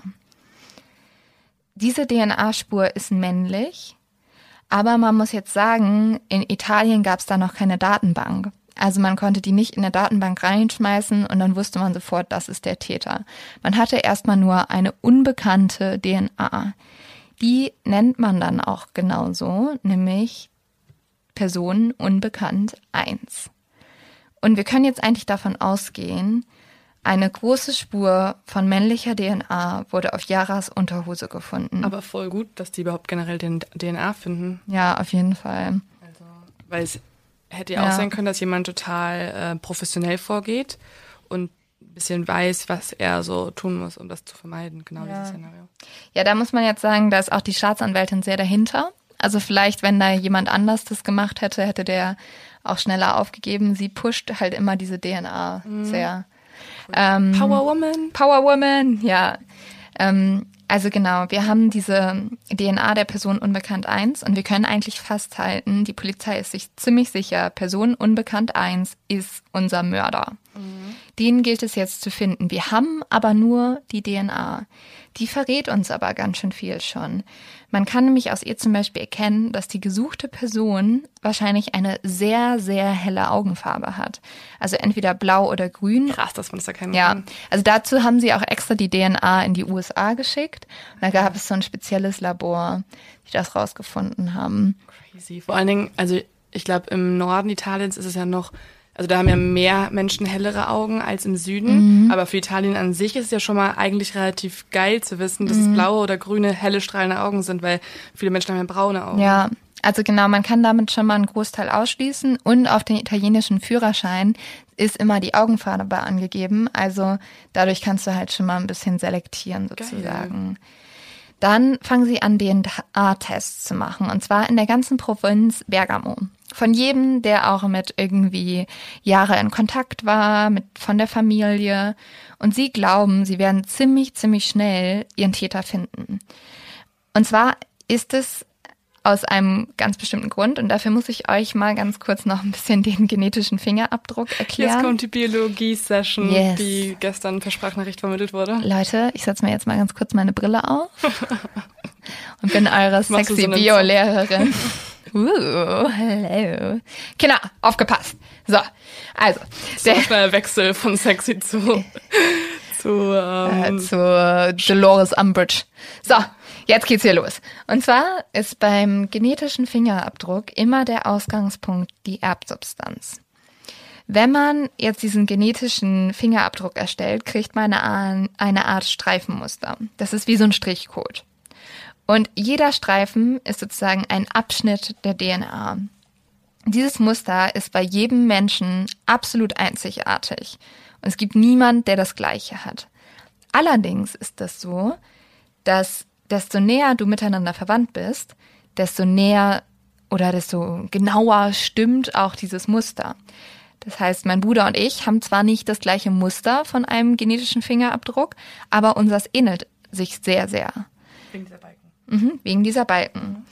Diese D N A-Spur ist männlich, aber man muss jetzt sagen, in Italien gab es da noch keine Datenbank. Also man konnte die nicht in eine Datenbank reinschmeißen und dann wusste man sofort, das ist der Täter. Man hatte erstmal nur eine unbekannte D N A. Die nennt man dann auch genauso, nämlich Person unbekannt eins. Und wir können jetzt eigentlich davon ausgehen, eine große Spur von männlicher D N A wurde auf Yaras Unterhose gefunden. Aber voll gut, dass die überhaupt generell den D N A finden. Ja, auf jeden Fall. Also, weil es hätte ja, ja auch sein können, dass jemand total äh, professionell vorgeht und ein bisschen weiß, was er so tun muss, um das zu vermeiden. Genau ja. dieses Szenario. Ja, da muss man jetzt sagen, da ist auch die Staatsanwältin sehr dahinter. Also vielleicht, wenn da jemand anders das gemacht hätte, hätte der auch schneller aufgegeben. Sie pusht halt immer diese D N A mhm. sehr. Ähm, Power Woman. Power Woman, ja. Ähm, also genau, wir haben diese D N A der Person unbekannt eins und wir können eigentlich festhalten, die Polizei ist sich ziemlich sicher, Person unbekannt eins ist unser Mörder. Mhm. Den gilt es jetzt zu finden. Wir haben aber nur die D N A. Die verrät uns aber ganz schön viel schon. Man kann nämlich aus ihr zum Beispiel erkennen, dass die gesuchte Person wahrscheinlich eine sehr, sehr helle Augenfarbe hat. Also entweder blau oder grün. Krass, dass man das erkennen ja. kann. Also dazu haben sie auch extra die D N A in die U S A geschickt. Und da gab es so ein spezielles Labor, die das rausgefunden haben. Crazy. Vor allen Dingen, also ich glaube, im Norden Italiens ist es ja noch, also da haben ja mehr Menschen hellere Augen als im Süden. Mhm. Aber für Italien an sich ist es ja schon mal eigentlich relativ geil zu wissen, dass mhm. es blaue oder grüne, helle, strahlende Augen sind, weil viele Menschen haben ja braune Augen. Ja, Also genau, man kann damit schon mal einen Großteil ausschließen und auf den italienischen Führerschein ist immer die Augenfarbe angegeben. Also dadurch kannst du halt schon mal ein bisschen selektieren sozusagen. Geil. Dann fangen sie an, D N A-Tests zu machen und zwar in der ganzen Provinz Bergamo. Von jedem, der auch mit irgendwie Jahre in Kontakt war, mit von der Familie. Und sie glauben, sie werden ziemlich, ziemlich schnell ihren Täter finden. Und zwar ist es aus einem ganz bestimmten Grund und dafür muss ich euch mal ganz kurz noch ein bisschen den genetischen Fingerabdruck erklären. Jetzt kommt die Biologie-Session, yes. die gestern per Sprachnachricht vermittelt wurde. Leute, ich setze mir jetzt mal ganz kurz meine Brille auf und bin eure sexy so Bio-Lehrerin. Uh, hello. Kinder, aufgepasst. So, also. So der schnell Wechsel von sexy zu, zu, ähm, äh, zu Dolores Umbridge. So. Jetzt geht's hier los. Und zwar ist beim genetischen Fingerabdruck immer der Ausgangspunkt die Erbsubstanz. Wenn man jetzt diesen genetischen Fingerabdruck erstellt, kriegt man eine, eine Art Streifenmuster. Das ist wie so ein Strichcode. Und jeder Streifen ist sozusagen ein Abschnitt der D N A. Dieses Muster ist bei jedem Menschen absolut einzigartig. Und es gibt niemand, der das Gleiche hat. Allerdings ist das so, dass desto näher du miteinander verwandt bist, desto näher oder desto genauer stimmt auch dieses Muster. Das heißt, mein Bruder und ich haben zwar nicht das gleiche Muster von einem genetischen Fingerabdruck, aber unseres ähnelt sich sehr, sehr. Wegen dieser Balken. Mhm, wegen dieser Balken. Mhm.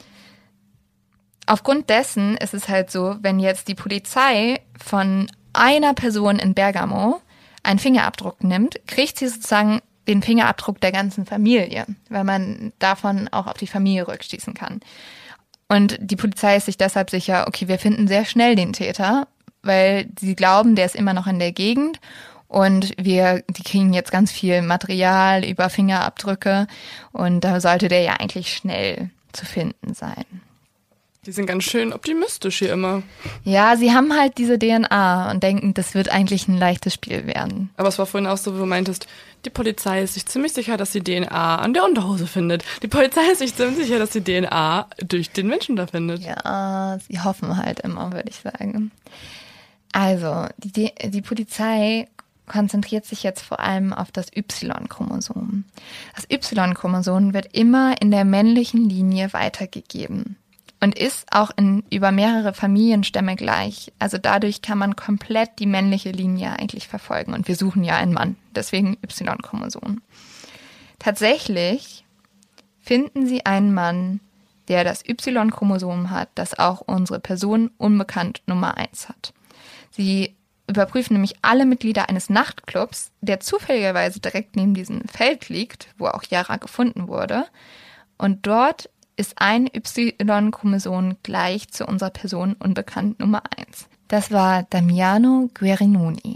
Aufgrund dessen ist es halt so, wenn jetzt die Polizei von einer Person in Bergamo einen Fingerabdruck nimmt, kriegt sie sozusagen den Fingerabdruck der ganzen Familie, weil man davon auch auf die Familie rückschließen kann. Und die Polizei ist sich deshalb sicher, okay, wir finden sehr schnell den Täter, weil sie glauben, der ist immer noch in der Gegend und wir, die kriegen jetzt ganz viel Material über Fingerabdrücke und da sollte der ja eigentlich schnell zu finden sein. Die sind ganz schön optimistisch hier immer. Ja, sie haben halt diese D N A und denken, das wird eigentlich ein leichtes Spiel werden. Aber es war vorhin auch so, wo du meintest, die Polizei ist sich ziemlich sicher, dass sie D N A an der Unterhose findet. Die Polizei ist sich ziemlich sicher, dass sie D N A durch den Menschen da findet. Ja, sie hoffen halt immer, würde ich sagen. Also, die, die Polizei konzentriert sich jetzt vor allem auf das Y-Chromosom. Das Y-Chromosom wird immer in der männlichen Linie weitergegeben. Und ist auch in über mehrere Familienstämme gleich. Also dadurch kann man komplett die männliche Linie eigentlich verfolgen. Und wir suchen ja einen Mann, deswegen Y-Chromosom. Tatsächlich finden sie einen Mann, der das Y-Chromosom hat, das auch unsere Person unbekannt Nummer eins hat. Sie überprüfen nämlich alle Mitglieder eines Nachtclubs, der zufälligerweise direkt neben diesem Feld liegt, wo auch Yara gefunden wurde. Und dort ist ein Y-Chromosom gleich zu unserer Person unbekannt Nummer eins. Das war Damiano Guerinoni.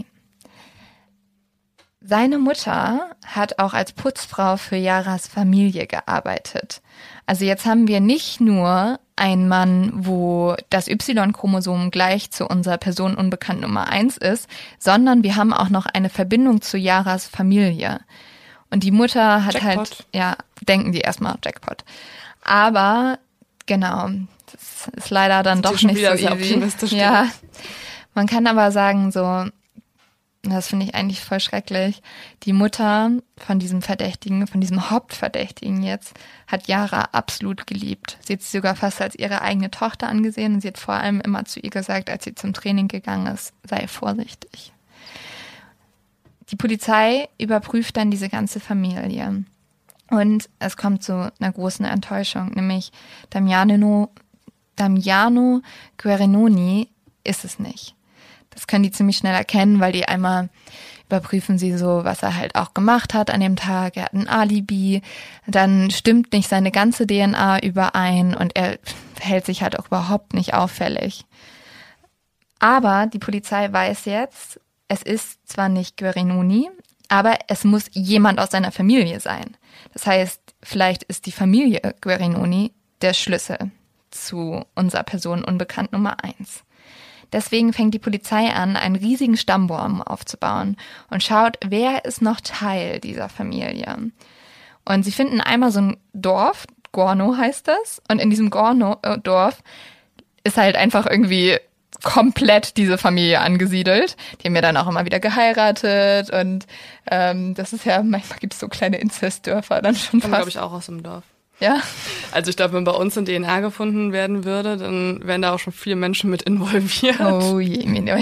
Seine Mutter hat auch als Putzfrau für Yaras Familie gearbeitet. Also jetzt haben wir nicht nur einen Mann, wo das Y-Chromosom gleich zu unserer Person unbekannt Nummer eins ist, sondern wir haben auch noch eine Verbindung zu Yaras Familie. Und die Mutter hat Jackpot. halt, ja, denken die erstmal Jackpot. Aber genau, das ist leider dann doch nicht so easy. Ja, man kann aber sagen, so, das finde ich eigentlich voll schrecklich. Die Mutter von diesem Verdächtigen, von diesem Hauptverdächtigen jetzt, hat Yara absolut geliebt. Sie hat sie sogar fast als ihre eigene Tochter angesehen und sie hat vor allem immer zu ihr gesagt, als sie zum Training gegangen ist, sei vorsichtig. Die Polizei überprüft dann diese ganze Familie. Und es kommt zu einer großen Enttäuschung, nämlich Damiano, Damiano Guerinoni ist es nicht. Das können die ziemlich schnell erkennen, weil die einmal überprüfen sie so, was er halt auch gemacht hat an dem Tag. Er hat ein Alibi, dann stimmt nicht seine ganze D N A überein und er verhält sich halt auch überhaupt nicht auffällig. Aber die Polizei weiß jetzt, es ist zwar nicht Guerinoni, aber es muss jemand aus seiner Familie sein. Das heißt, vielleicht ist die Familie Guerinoni der Schlüssel zu unserer Person unbekannt Nummer eins. Deswegen fängt die Polizei an, einen riesigen Stammbaum aufzubauen und schaut, wer ist noch Teil dieser Familie. Und sie finden einmal so ein Dorf, Gorno heißt das. Und in diesem Gorno-Dorf ist halt einfach irgendwie komplett diese Familie angesiedelt. Die haben ja dann auch immer wieder geheiratet und ähm, das ist ja, manchmal gibt es so kleine Inzestdörfer dann schon fast. glaube ich, auch aus dem Dorf. Ja. Also ich glaube, wenn bei uns eine D N A gefunden werden würde, dann wären da auch schon viele Menschen mit involviert. Oh je, mir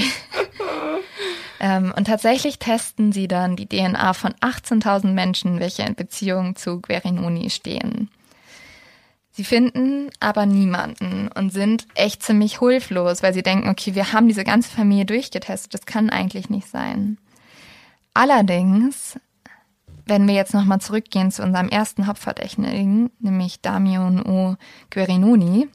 ähm, Und tatsächlich testen sie dann die D N A von achtzehntausend Menschen, welche in Beziehung zu Guerinoni stehen. Sie finden aber niemanden und sind echt ziemlich hilflos, weil sie denken, okay, wir haben diese ganze Familie durchgetestet, das kann eigentlich nicht sein. Allerdings, wenn wir jetzt nochmal zurückgehen zu unserem ersten Hauptverdächtigen, nämlich Damiano O. Guerinoni,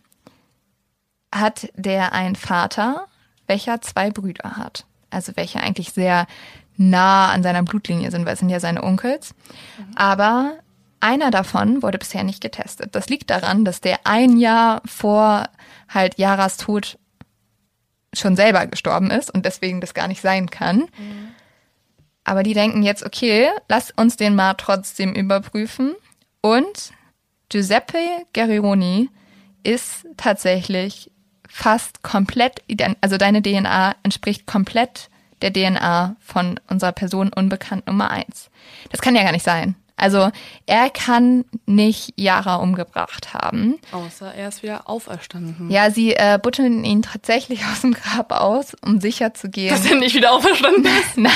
hat der einen Vater, welcher zwei Brüder hat. Also welche eigentlich sehr nah an seiner Blutlinie sind, weil es sind ja seine Onkels. Mhm. Aber einer davon wurde bisher nicht getestet. Das liegt daran, dass der ein Jahr vor halt Yaras Tod schon selber gestorben ist und deswegen das gar nicht sein kann. Mhm. Aber die denken jetzt, okay, lass uns den mal trotzdem überprüfen. Und Giuseppe Guerinoni ist tatsächlich fast komplett, also deine D N A entspricht komplett der D N A von unserer Person unbekannt Nummer eins. Das kann ja gar nicht sein. Also er kann nicht Yara umgebracht haben. Außer er ist wieder auferstanden. Ja, sie äh, buddeln ihn tatsächlich aus dem Grab aus, um sicher zu gehen. Dass er nicht wieder auferstanden ist? Nein.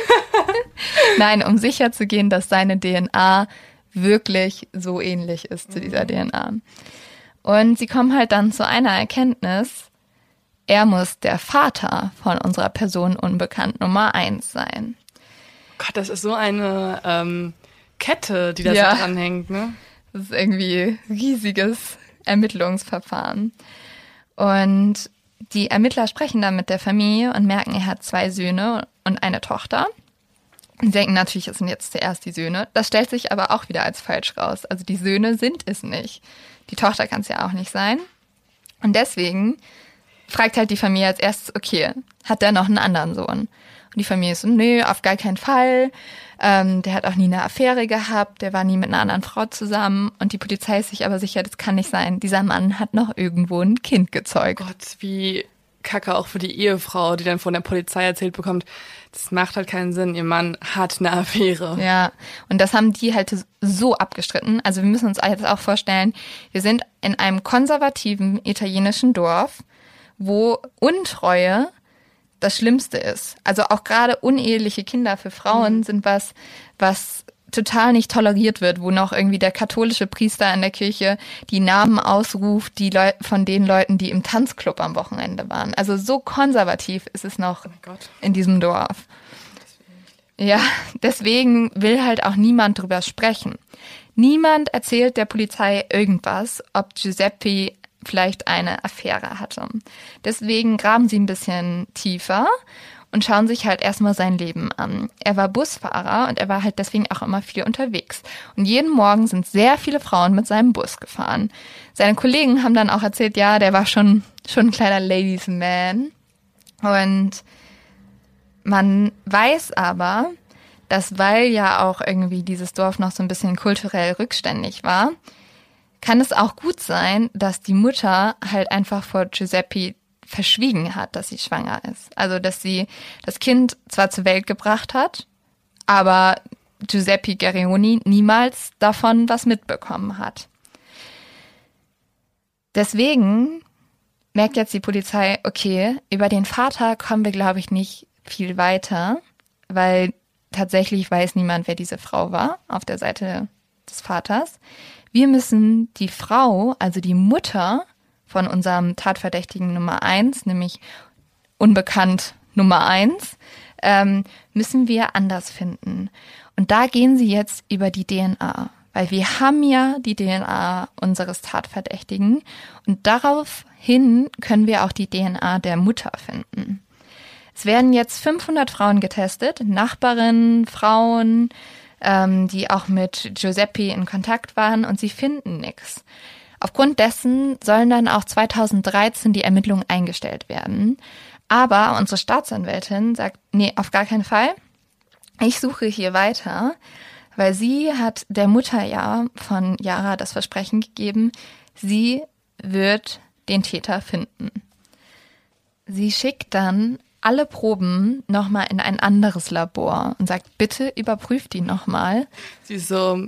Nein, um sicher zu gehen, dass seine D N A wirklich so ähnlich ist zu dieser mhm. D N A. Und sie kommen halt dann zu einer Erkenntnis, er muss der Vater von unserer Person unbekannt Nummer eins sein. Gott, das ist so eine ähm, Kette, die da ja. so dranhängt, ne? Das ist irgendwie ein riesiges Ermittlungsverfahren. Und die Ermittler sprechen dann mit der Familie und merken, er hat zwei Söhne und eine Tochter. Sie denken natürlich, es sind jetzt zuerst die Söhne. Das stellt sich aber auch wieder als falsch raus. Also die Söhne sind es nicht. Die Tochter kann es ja auch nicht sein. Und deswegen fragt halt die Familie als erstes, okay, hat der noch einen anderen Sohn? Und die Familie ist so, nö, auf gar keinen Fall. Ähm, der hat auch nie eine Affäre gehabt, der war nie mit einer anderen Frau zusammen. Und die Polizei ist sich aber sicher, das kann nicht sein. Dieser Mann hat noch irgendwo ein Kind gezeugt. Gott, wie kacke auch für die Ehefrau, die dann von der Polizei erzählt bekommt, das macht halt keinen Sinn, ihr Mann hat eine Affäre. Ja, und das haben die halt so abgestritten. Also wir müssen uns jetzt auch vorstellen, wir sind in einem konservativen italienischen Dorf, wo Untreue das Schlimmste ist. Also auch gerade uneheliche Kinder für Frauen mhm. sind was, was total nicht toleriert wird, wo noch irgendwie der katholische Priester in der Kirche die Namen ausruft, die Leu- von den Leuten, die im Tanzclub am Wochenende waren. Also so konservativ ist es noch oh in diesem Dorf. Ja, deswegen will halt auch niemand drüber sprechen. Niemand erzählt der Polizei irgendwas, ob Giuseppe vielleicht eine Affäre hatte. Deswegen graben sie ein bisschen tiefer und schauen sich halt erstmal sein Leben an. Er war Busfahrer und er war halt deswegen auch immer viel unterwegs. Und jeden Morgen sind sehr viele Frauen mit seinem Bus gefahren. Seine Kollegen haben dann auch erzählt, ja, der war schon, schon ein kleiner Ladies Man. Und man weiß aber, dass weil ja auch irgendwie dieses Dorf noch so ein bisschen kulturell rückständig war, kann es auch gut sein, dass die Mutter halt einfach vor Giuseppe verschwiegen hat, dass sie schwanger ist. Also, dass sie das Kind zwar zur Welt gebracht hat, aber Giuseppe Guerinoni niemals davon was mitbekommen hat. Deswegen merkt jetzt die Polizei, okay, über den Vater kommen wir, glaube ich, nicht viel weiter, weil tatsächlich weiß niemand, wer diese Frau war auf der Seite des Vaters. Wir müssen die Frau, also die Mutter von unserem Tatverdächtigen Nummer eins, nämlich unbekannt Nummer eins, ähm, müssen wir anders finden. Und da gehen sie jetzt über die D N A, weil wir haben ja die D N A unseres Tatverdächtigen und daraufhin können wir auch die D N A der Mutter finden. Es werden jetzt fünfhundert Frauen getestet, Nachbarinnen, Frauen, ähm, die auch mit Giuseppe in Kontakt waren und sie finden nichts. Aufgrund dessen sollen dann auch zweitausenddreizehn die Ermittlungen eingestellt werden. Aber unsere Staatsanwältin sagt, nee, auf gar keinen Fall. Ich suche hier weiter, weil sie hat der Mutter ja von Yara das Versprechen gegeben, sie wird den Täter finden. Sie schickt dann alle Proben nochmal in ein anderes Labor und sagt, bitte überprüft die nochmal. Sie ist so,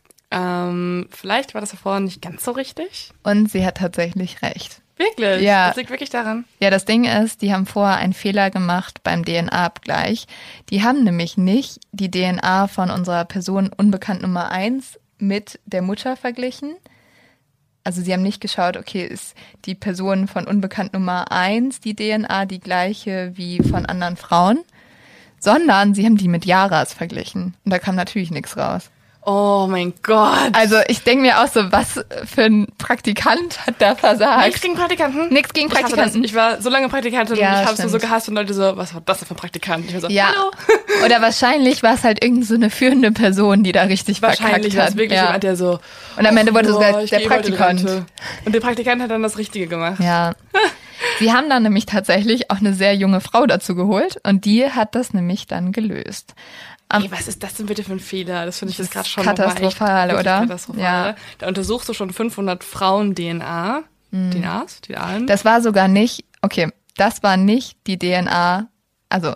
ähm, vielleicht war das davor nicht ganz so richtig. Und sie hat tatsächlich recht. Wirklich? Ja. Das liegt wirklich daran? Ja, das Ding ist, die haben vorher einen Fehler gemacht beim D N A-Abgleich. Die haben nämlich nicht die D N A von unserer Person unbekannt Nummer eins mit der Mutter verglichen. Also sie haben nicht geschaut, okay, ist die Person von unbekannt Nummer eins die D N A die gleiche wie von anderen Frauen, sondern sie haben die mit Yaras verglichen. Und da kam natürlich nichts raus. Oh mein Gott. Also ich denke mir auch so, was für ein Praktikant hat da versagt? Nichts gegen Praktikanten? Nichts gegen Praktikanten. Ich, ich war so lange Praktikantin Ja, und ich habe stimmt. so gehasst und Leute so, was war das denn für ein Praktikant? Ich war so, Ja, hallo. oder wahrscheinlich war es halt irgend so eine führende Person, die da richtig Wahrscheinlich verkackt war hat. es wirklich ja. jemand, der so... Und am Ende wurde oh, sogar ich der gehe heute in Praktikant. Rente. Und der Praktikant hat dann das Richtige gemacht. Ja. Sie haben dann nämlich tatsächlich auch eine sehr junge Frau dazu geholt und die hat das nämlich dann gelöst. Ey, was ist das denn bitte für ein Fehler? Das finde ich Das jetzt gerade schon katastrophal, nochmal echt oder? katastrophal. Ja. Da untersuchst du schon fünfhundert Frauen D N A. Mhm. D N As? D N A? Das war sogar nicht, okay, das war nicht die D N A, also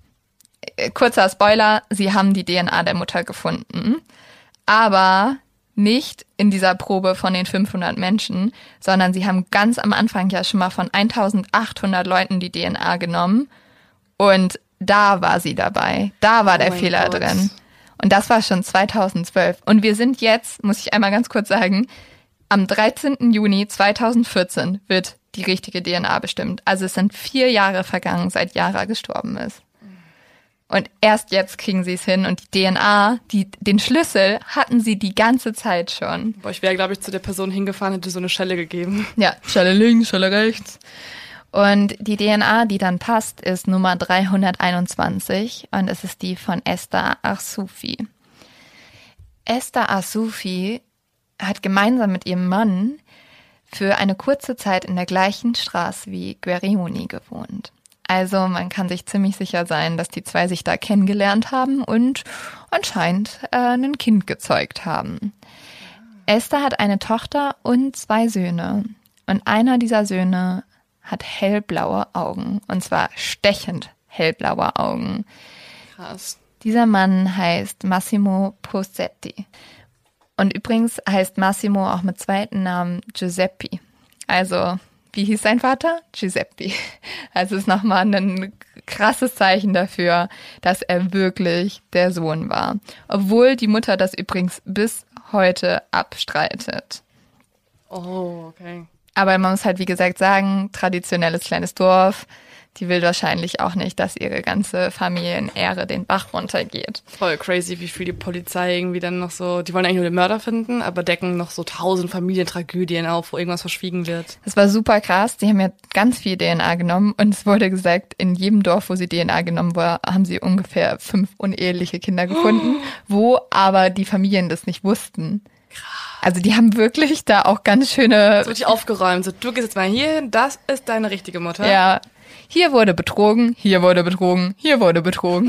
äh, kurzer Spoiler, sie haben die D N A der Mutter gefunden, aber nicht in dieser Probe von den fünfhundert Menschen, sondern sie haben ganz am Anfang ja schon mal von eintausendachthundert Leuten die D N A genommen und da war sie dabei. Da war Oh der mein Fehler Gott. drin. Und das war schon zweitausendzwölf. Und wir sind jetzt, muss ich einmal ganz kurz sagen, am dreizehnten Juni zweitausendvierzehn wird die richtige D N A bestimmt. Also es sind vier Jahre vergangen, seit Yara gestorben ist. Und erst jetzt kriegen sie es hin. Und die D N A, die, den Schlüssel hatten sie die ganze Zeit schon. Boah, ich wäre, glaube ich, zu der Person hingefahren, hätte so eine Schelle gegeben. Ja, Schelle links, Schelle rechts. Und die D N A, die dann passt, ist Nummer dreihunderteinundzwanzig und es ist die von Esther Arsufi. Esther Arsufi hat gemeinsam mit ihrem Mann für eine kurze Zeit in der gleichen Straße wie Guerioni gewohnt. Also man kann sich ziemlich sicher sein, dass die zwei sich da kennengelernt haben und anscheinend äh, ein Kind gezeugt haben. Esther hat eine Tochter und zwei Söhne. Und einer dieser Söhne hat hellblaue Augen. Und zwar stechend hellblaue Augen. Krass. Dieser Mann heißt Massimo Posetti. Und übrigens heißt Massimo auch mit zweiten Namen Giuseppe. Also, wie hieß sein Vater? Giuseppe. Also ist nochmal ein krasses Zeichen dafür, dass er wirklich der Sohn war. Obwohl die Mutter das übrigens bis heute abstreitet. Oh, okay. Aber man muss halt, wie gesagt, sagen, traditionelles kleines Dorf, die will wahrscheinlich auch nicht, dass ihre ganze Familienehre den Bach runtergeht. Voll crazy, wie viel die Polizei irgendwie dann noch so, die wollen eigentlich nur den Mörder finden, aber decken noch so tausend Familientragödien auf, wo irgendwas verschwiegen wird. Das war super krass, die haben ja ganz viel D N A genommen und es wurde gesagt, in jedem Dorf, wo sie D N A genommen war, haben sie ungefähr fünf uneheliche Kinder gefunden, wo aber die Familien das nicht wussten. Also die haben wirklich da auch ganz schöne... So richtig aufgeräumt. So, du gehst jetzt mal hier hin, das ist deine richtige Mutter. Ja, hier wurde betrogen, hier wurde betrogen, hier wurde betrogen.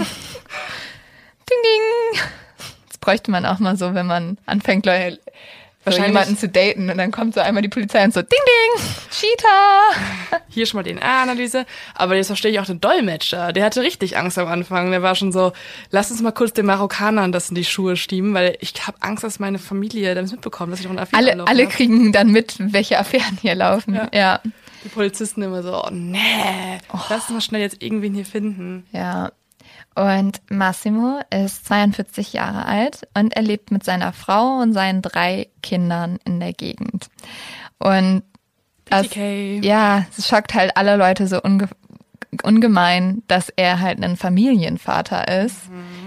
Ding, ding. Das bräuchte man auch mal so, wenn man anfängt, Leute, so Wahrscheinlich- jemanden zu daten und dann kommt so einmal die Polizei und so, ding, ding, Cheater. Hier schon mal D N A-Analyse. Aber jetzt verstehe ich auch den Dolmetscher. Der hatte richtig Angst am Anfang. Der war schon so, lass uns mal kurz den Marokkanern das in die Schuhe schieben, weil ich habe Angst, dass meine Familie das mitbekommt, dass ich noch eine Affäre Alle, laufen alle hab. kriegen dann mit, welche Affären hier laufen. Ja. Ja, Die Polizisten immer so, oh nee, lass uns mal schnell jetzt irgendwen hier finden. ja. Und Massimo ist zweiundvierzig Jahre alt und er lebt mit seiner Frau und seinen drei Kindern in der Gegend. Und das, P T K. ja, es schockt halt alle Leute so unge ungemein, dass er halt ein Familienvater ist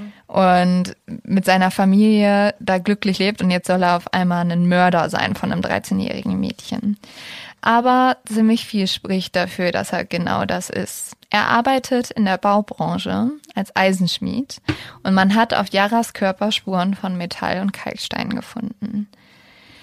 und mit seiner Familie da glücklich lebt und jetzt soll er auf einmal ein Mörder sein von einem dreizehnjährigen Mädchen. Aber ziemlich viel spricht dafür, dass er genau das ist. Er arbeitet in der Baubranche als Eisenschmied und man hat auf Yaras Körper Spuren von Metall und Kalkstein gefunden.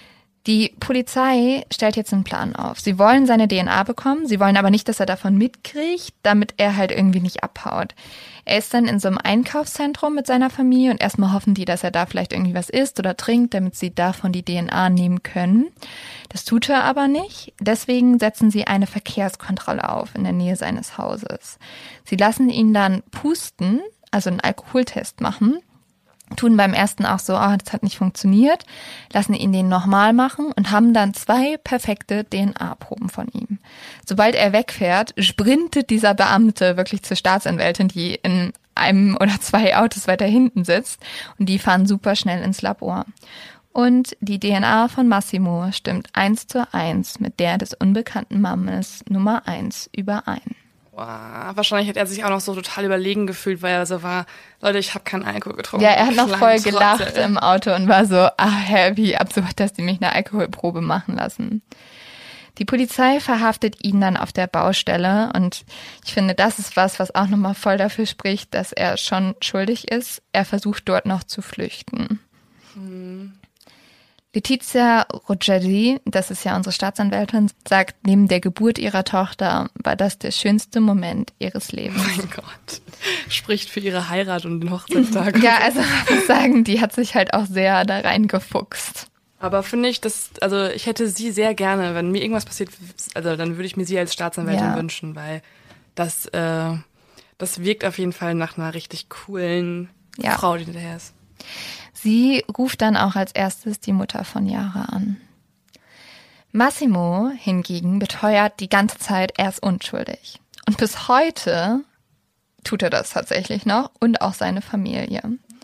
Die Polizei stellt jetzt einen Plan auf. Sie wollen seine D N A bekommen, sie wollen aber nicht, dass er davon mitkriegt, damit er halt irgendwie nicht abhaut. Er ist dann in so einem Einkaufszentrum mit seiner Familie und erstmal hoffen die, dass er da vielleicht irgendwie was isst oder trinkt, damit sie davon die D N A nehmen können. Das tut er aber nicht. Deswegen setzen sie eine Verkehrskontrolle auf in der Nähe seines Hauses. Sie lassen ihn dann pusten, also einen Alkoholtest machen. Tun beim ersten auch so, ah, oh, das hat nicht funktioniert, lassen ihn den nochmal machen und haben dann zwei perfekte D N A-Proben von ihm. Sobald er wegfährt, sprintet dieser Beamte wirklich zur Staatsanwältin, die in einem oder zwei Autos weiter hinten sitzt, und die fahren super schnell ins Labor. Und die D N A von Massimo stimmt eins zu eins mit der des unbekannten Mannes Nummer eins überein. Wow, wahrscheinlich hat er sich auch noch so total überlegen gefühlt, weil er so war, Leute, ich habe keinen Alkohol getrunken. Ja, er hat noch voll gelacht Trottel. im Auto und war so, ah, wie absurd, dass die mich eine Alkoholprobe machen lassen. Die Polizei verhaftet ihn dann auf der Baustelle und ich finde, das ist was, was auch nochmal voll dafür spricht, dass er schon schuldig ist. Er versucht dort noch zu flüchten. Hm. Letizia Ruggeri, das ist ja unsere Staatsanwältin, sagt, neben der Geburt ihrer Tochter war das der schönste Moment ihres Lebens. Oh mein Gott, spricht für ihre Heirat und den Hochzeitstag. Ja, also ich muss sagen, die hat sich halt auch sehr da reingefuchst. Aber finde ich, dass, also ich hätte sie sehr gerne, wenn mir irgendwas passiert, also dann würde ich mir sie als Staatsanwältin ja. wünschen, weil das, äh, das wirkt auf jeden Fall nach einer richtig coolen ja. Frau, die hinterher ist. Sie ruft dann auch als erstes die Mutter von Yara an. Massimo hingegen beteuert die ganze Zeit, er ist unschuldig. Und bis heute tut er das tatsächlich noch und auch seine Familie.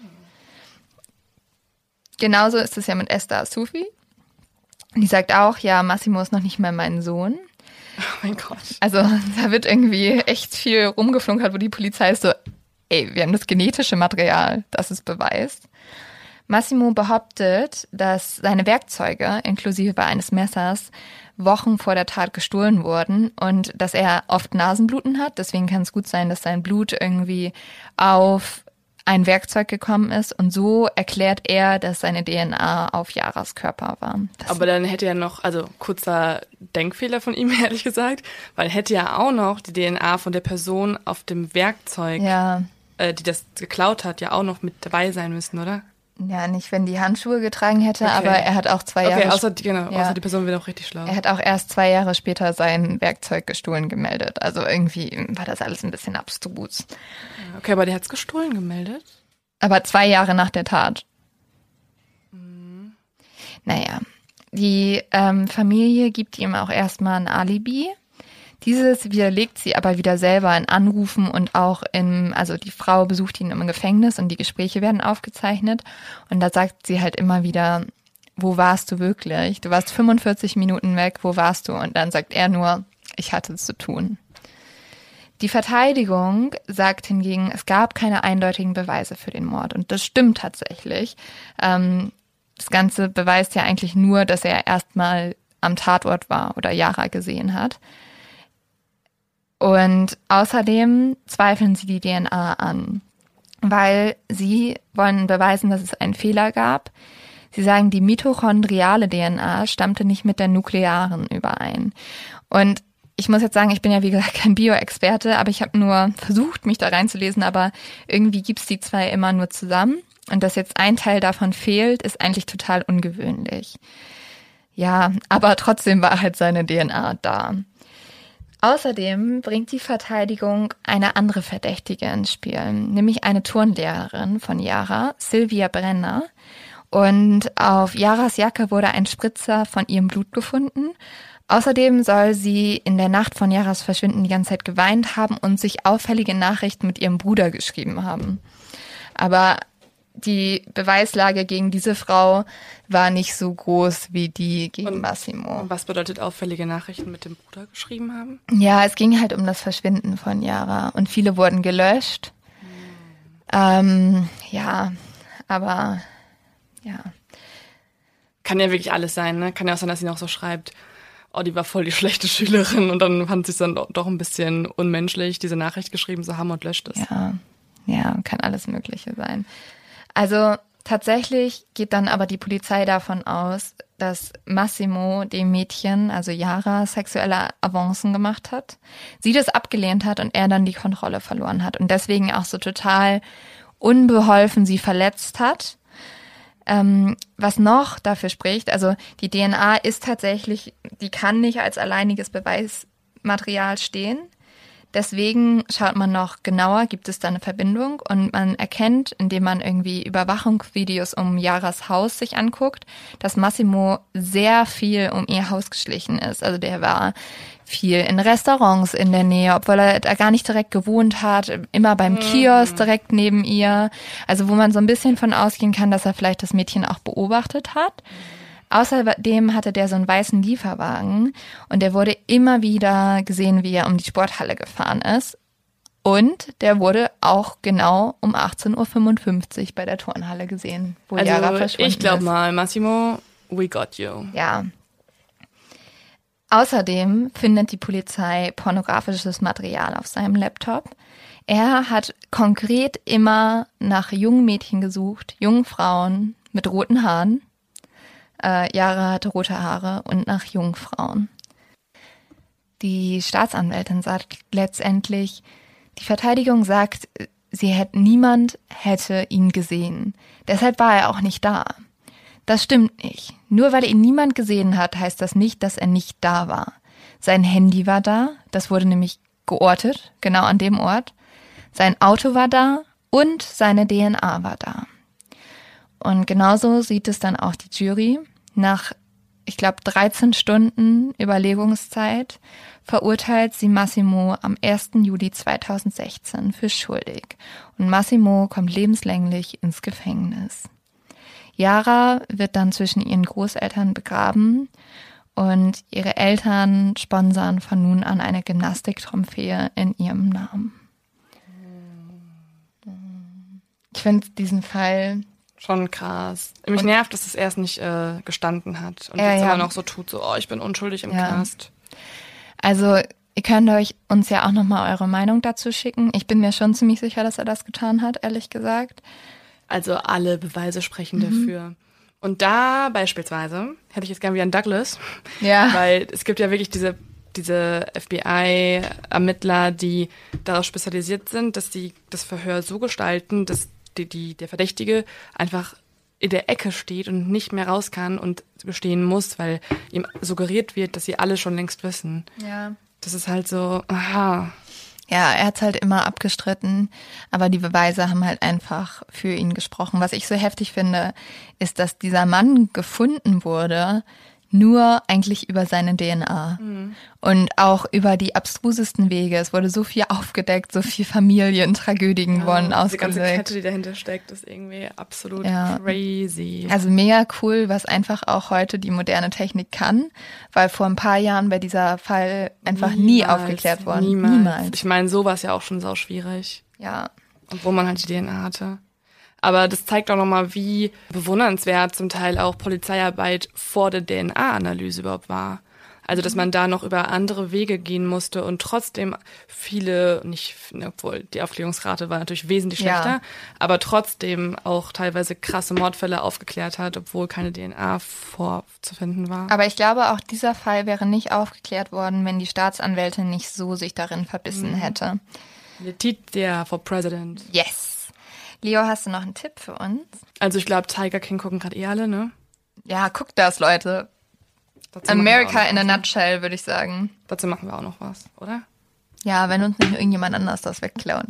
Genauso ist es ja mit Esther Asufi. Die sagt auch, ja, Massimo ist noch nicht mal mein Sohn. Oh mein Gott. Also da wird irgendwie echt viel rumgeflunkert, wo die Polizei ist so, ey, wir haben das genetische Material, das es beweist. Massimo behauptet, dass seine Werkzeuge, inklusive eines Messers, Wochen vor der Tat gestohlen wurden und dass er oft Nasenbluten hat. Deswegen kann es gut sein, dass sein Blut irgendwie auf ein Werkzeug gekommen ist. Und so erklärt er, dass seine D N A auf Yaras Körper war. Das Aber dann hätte er noch, also kurzer Denkfehler von ihm, ehrlich gesagt, weil hätte ja auch noch die D N A von der Person auf dem Werkzeug, ja. äh, die das geklaut hat, ja auch noch mit dabei sein müssen, oder? Ja, nicht, wenn die Handschuhe getragen hätte, okay. aber er hat auch zwei okay, Jahre... Außer, genau, ja. außer die Person wird auch richtig schlau. Er hat auch erst zwei Jahre später sein Werkzeug gestohlen gemeldet. Also irgendwie war das alles ein bisschen abstrus. Okay, aber der hat's gestohlen gemeldet? Aber zwei Jahre nach der Tat. Mhm. Naja, die ähm, Familie gibt ihm auch erstmal ein Alibi. Dieses widerlegt sie aber wieder selber in Anrufen und auch in, also die Frau besucht ihn im Gefängnis und die Gespräche werden aufgezeichnet. Und da sagt sie halt immer wieder, wo warst du wirklich? Du warst fünfundvierzig Minuten weg, wo warst du? Und dann sagt er nur, ich hatte es zu tun. Die Verteidigung sagt hingegen, es gab keine eindeutigen Beweise für den Mord. Und das stimmt tatsächlich. Ähm, das Ganze beweist ja eigentlich nur, dass er erstmal am Tatort war oder Yara gesehen hat. Und außerdem zweifeln sie die D N A an, weil sie wollen beweisen, dass es einen Fehler gab. Sie sagen, die mitochondriale D N A stammte nicht mit der nuklearen überein. Und ich muss jetzt sagen, ich bin ja wie gesagt kein Bio-Experte, aber ich habe nur versucht, mich da reinzulesen, aber irgendwie gibt's die zwei immer nur zusammen. Und dass jetzt ein Teil davon fehlt, ist eigentlich total ungewöhnlich. Ja, aber trotzdem war halt seine D N A da. Außerdem bringt die Verteidigung eine andere Verdächtige ins Spiel, nämlich eine Turnlehrerin von Yara, Sylvia Brenner. Und auf Yaras Jacke wurde ein Spritzer von ihrem Blut gefunden. Außerdem soll sie in der Nacht von Yaras Verschwinden die ganze Zeit geweint haben und sich auffällige Nachrichten mit ihrem Bruder geschrieben haben. Aber die Beweislage gegen diese Frau war nicht so groß wie die gegen und, Massimo. Und was bedeutet auffällige Nachrichten mit dem Bruder geschrieben haben? Ja, es ging halt um das Verschwinden von Yara und viele wurden gelöscht. Hm. Ähm, ja, aber ja. Kann ja wirklich alles sein, ne? Kann ja auch sein, dass sie noch so schreibt, oh, die war voll die schlechte Schülerin und dann fand sie es dann doch ein bisschen unmenschlich, diese Nachricht geschrieben zu haben und löscht es. Ja, ja, kann alles Mögliche sein. Also tatsächlich geht dann aber die Polizei davon aus, dass Massimo dem Mädchen, also Yara, sexuelle Avancen gemacht hat, sie das abgelehnt hat und er dann die Kontrolle verloren hat und deswegen auch so total unbeholfen sie verletzt hat. Ähm, was noch dafür spricht, also die D N A ist tatsächlich, die kann nicht als alleiniges Beweismaterial stehen. Deswegen schaut man noch genauer, gibt es da eine Verbindung und man erkennt, indem man irgendwie Überwachungsvideos um Yaras Haus sich anguckt, dass Massimo sehr viel um ihr Haus geschlichen ist. Also der war viel in Restaurants in der Nähe, obwohl er da gar nicht direkt gewohnt hat, immer beim Kiosk direkt neben ihr. Also wo man so ein bisschen von ausgehen kann, dass er vielleicht das Mädchen auch beobachtet hat. Außerdem hatte der so einen weißen Lieferwagen und der wurde immer wieder gesehen, wie er um die Sporthalle gefahren ist. Und der wurde auch genau um achtzehn Uhr fünfundfünfzig bei der Turnhalle gesehen, wo also Yara verschwunden ich glaube ist. mal, Massimo, we got you. Ja. Außerdem findet die Polizei pornografisches Material auf seinem Laptop. Er hat konkret immer nach jungen Mädchen gesucht, jungen Frauen mit roten Haaren. Äh, Yara hatte rote Haare und nach jungen Frauen. Die Staatsanwältin sagt letztendlich, die Verteidigung sagt, sie hätte, niemand hätte ihn gesehen. Deshalb war er auch nicht da. Das stimmt nicht. Nur weil ihn niemand gesehen hat, heißt das nicht, dass er nicht da war. Sein Handy war da, das wurde nämlich geortet, genau an dem Ort. Sein Auto war da und seine D N A war da. Und genauso sieht es dann auch die Jury. Nach, ich glaube, dreizehn Stunden Überlegungszeit verurteilt sie Massimo am ersten Juli zweitausendsechzehn für schuldig. Und Massimo kommt lebenslänglich ins Gefängnis. Yara wird dann zwischen ihren Großeltern begraben und ihre Eltern sponsern von nun an eine Gymnastiktrophäe in ihrem Namen. Ich finde diesen Fall schon krass. Mich und nervt, dass es erst nicht äh, gestanden hat und ja, jetzt ja. immer noch so tut, so, oh, ich bin unschuldig im ja. Knast. Also ihr könnt euch uns ja auch nochmal eure Meinung dazu schicken. Ich bin mir schon ziemlich sicher, dass er das getan hat, ehrlich gesagt. Also alle Beweise sprechen Mhm. dafür. Und da beispielsweise hätte ich jetzt gerne wie an Douglas, ja. weil es gibt ja wirklich diese diese F B I-Ermittler, die darauf spezialisiert sind, dass die das Verhör so gestalten, dass die, die, der Verdächtige einfach in der Ecke steht und nicht mehr raus kann und bestehen muss, weil ihm suggeriert wird, dass sie alle schon längst wissen. Ja. Das ist halt so, aha. Ja, er hat's halt immer abgestritten, aber die Beweise haben halt einfach für ihn gesprochen. Was ich so heftig finde, ist, dass dieser Mann gefunden wurde, nur eigentlich über seine D N A mhm. und auch über die abstrusesten Wege. Es wurde so viel aufgedeckt, so viel Familientragödien ja, wurden ausgedeckt. Die ganze Kette, die dahinter steckt, ist irgendwie absolut ja. crazy. Also mega cool, was einfach auch heute die moderne Technik kann, weil vor ein paar Jahren bei dieser Fall einfach niemals, nie aufgeklärt worden. Niemals. niemals. Ich meine, so war es ja auch schon sau schwierig. Ja. Obwohl man halt die D N A hatte. Aber das zeigt auch nochmal, wie bewundernswert zum Teil auch Polizeiarbeit vor der D N A-Analyse überhaupt war. Also, dass man da noch über andere Wege gehen musste und trotzdem viele, nicht, obwohl die Aufklärungsrate war natürlich wesentlich schlechter, ja. aber trotzdem auch teilweise krasse Mordfälle aufgeklärt hat, obwohl keine D N A vorzufinden war. Aber ich glaube, auch dieser Fall wäre nicht aufgeklärt worden, wenn die Staatsanwältin nicht so sich darin verbissen mhm. hätte. Letizia for President. Yes. Leo, hast du noch einen Tipp für uns? Also ich glaube, Tiger King gucken gerade eh alle, ne? Ja, guckt das, Leute. Dazu America in a nutshell, würde ich sagen. Dazu machen wir auch noch was, oder? Ja, wenn uns nicht irgendjemand anders das wegklauen.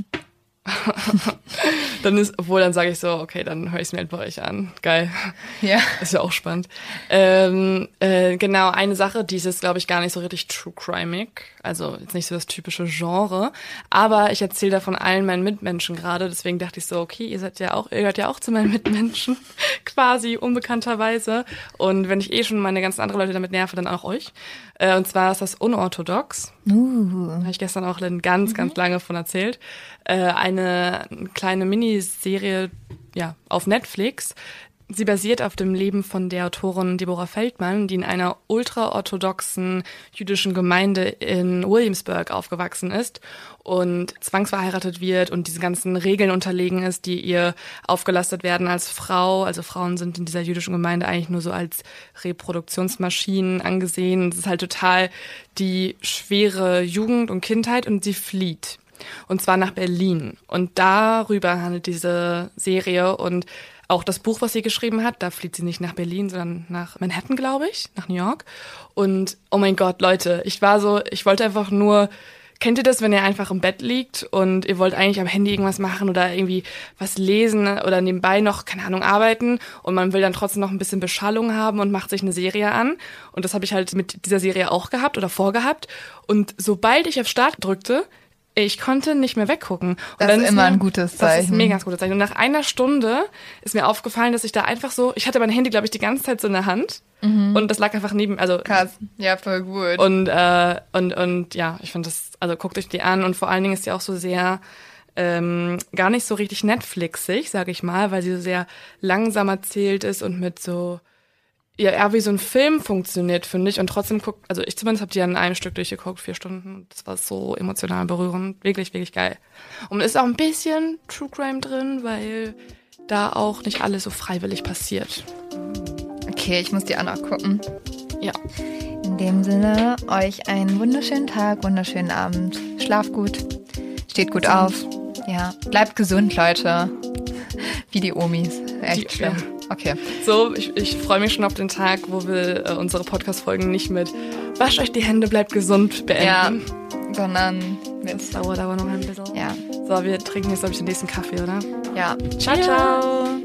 Dann ist, obwohl dann sage ich so, okay, dann höre ich es mir halt bei euch an. Geil. Ja. Ist ja auch spannend. Ähm, äh, genau, eine Sache, die ist jetzt, glaube ich, gar nicht so richtig true crimig. Also jetzt nicht so das typische Genre. Aber ich erzähle davon allen meinen Mitmenschen gerade. Deswegen dachte ich so, okay, ihr seid ja auch, ihr gehört ja auch zu meinen Mitmenschen. Quasi unbekannterweise. Und wenn ich eh schon meine ganzen anderen Leute damit nerve, dann auch euch. Äh, und zwar ist das Unorthodox. Uh. Da habe ich gestern auch ganz, mhm. ganz lange von erzählt. Äh, eine kleine Miniserie ja, auf Netflix, sie basiert auf dem Leben von der Autorin Deborah Feldman, die in einer ultraorthodoxen jüdischen Gemeinde in Williamsburg aufgewachsen ist und zwangsverheiratet wird und diese ganzen Regeln unterlegen ist, die ihr aufgelastet werden als Frau. Also Frauen sind in dieser jüdischen Gemeinde eigentlich nur so als Reproduktionsmaschinen angesehen. Es ist halt total die schwere Jugend und Kindheit und sie flieht. Und zwar nach Berlin. Und darüber handelt diese Serie und auch das Buch, was sie geschrieben hat, da flieht sie nicht nach Berlin, sondern nach Manhattan, glaube ich, nach New York. Und oh mein Gott, Leute, ich war so, ich wollte einfach nur, kennt ihr das, wenn ihr einfach im Bett liegt und ihr wollt eigentlich am Handy irgendwas machen oder irgendwie was lesen oder nebenbei noch, keine Ahnung, arbeiten und man will dann trotzdem noch ein bisschen Beschallung haben und macht sich eine Serie an. Und das habe ich halt mit dieser Serie auch gehabt oder vorgehabt. Und sobald ich auf Start drückte, ich konnte nicht mehr weggucken. Und das dann ist immer mir, ein gutes Zeichen. Das ist ein mega gutes Zeichen. Und nach einer Stunde ist mir aufgefallen, dass ich da einfach so, ich hatte mein Handy, glaube ich, die ganze Zeit so in der Hand. Mhm. Und das lag einfach neben, also. Krass. Ja, voll gut. Und, äh, und, und, ja, ich finde das, also guckt euch die an. Und vor allen Dingen ist die auch so sehr, ähm, gar nicht so richtig Netflixig, sage ich mal, weil sie so sehr langsam erzählt ist und mit so, ja, eher wie so ein Film funktioniert, finde ich. Und trotzdem guckt, also ich zumindest habe die an einem Stück durchgeguckt, vier Stunden. Das war so emotional berührend. Wirklich, wirklich geil. Und es ist auch ein bisschen True Crime drin, weil da auch nicht alles so freiwillig passiert. Okay, ich muss die auch noch gucken. Ja. In dem Sinne, euch einen wunderschönen Tag, wunderschönen Abend. Schlaft gut. Steht gut auf. Ja. Bleibt gesund, Leute. Wie die Omis. Echt die, schlimm. Ja. Okay. So, ich, ich freue mich schon auf den Tag, wo wir äh, unsere Podcast-Folgen nicht mit wascht euch die Hände, bleibt gesund beenden. Ja, sondern das dauert aber noch ein bisschen. Ja. So, wir trinken jetzt, glaube ich, den nächsten Kaffee, oder? Ja. Ciao, ciao.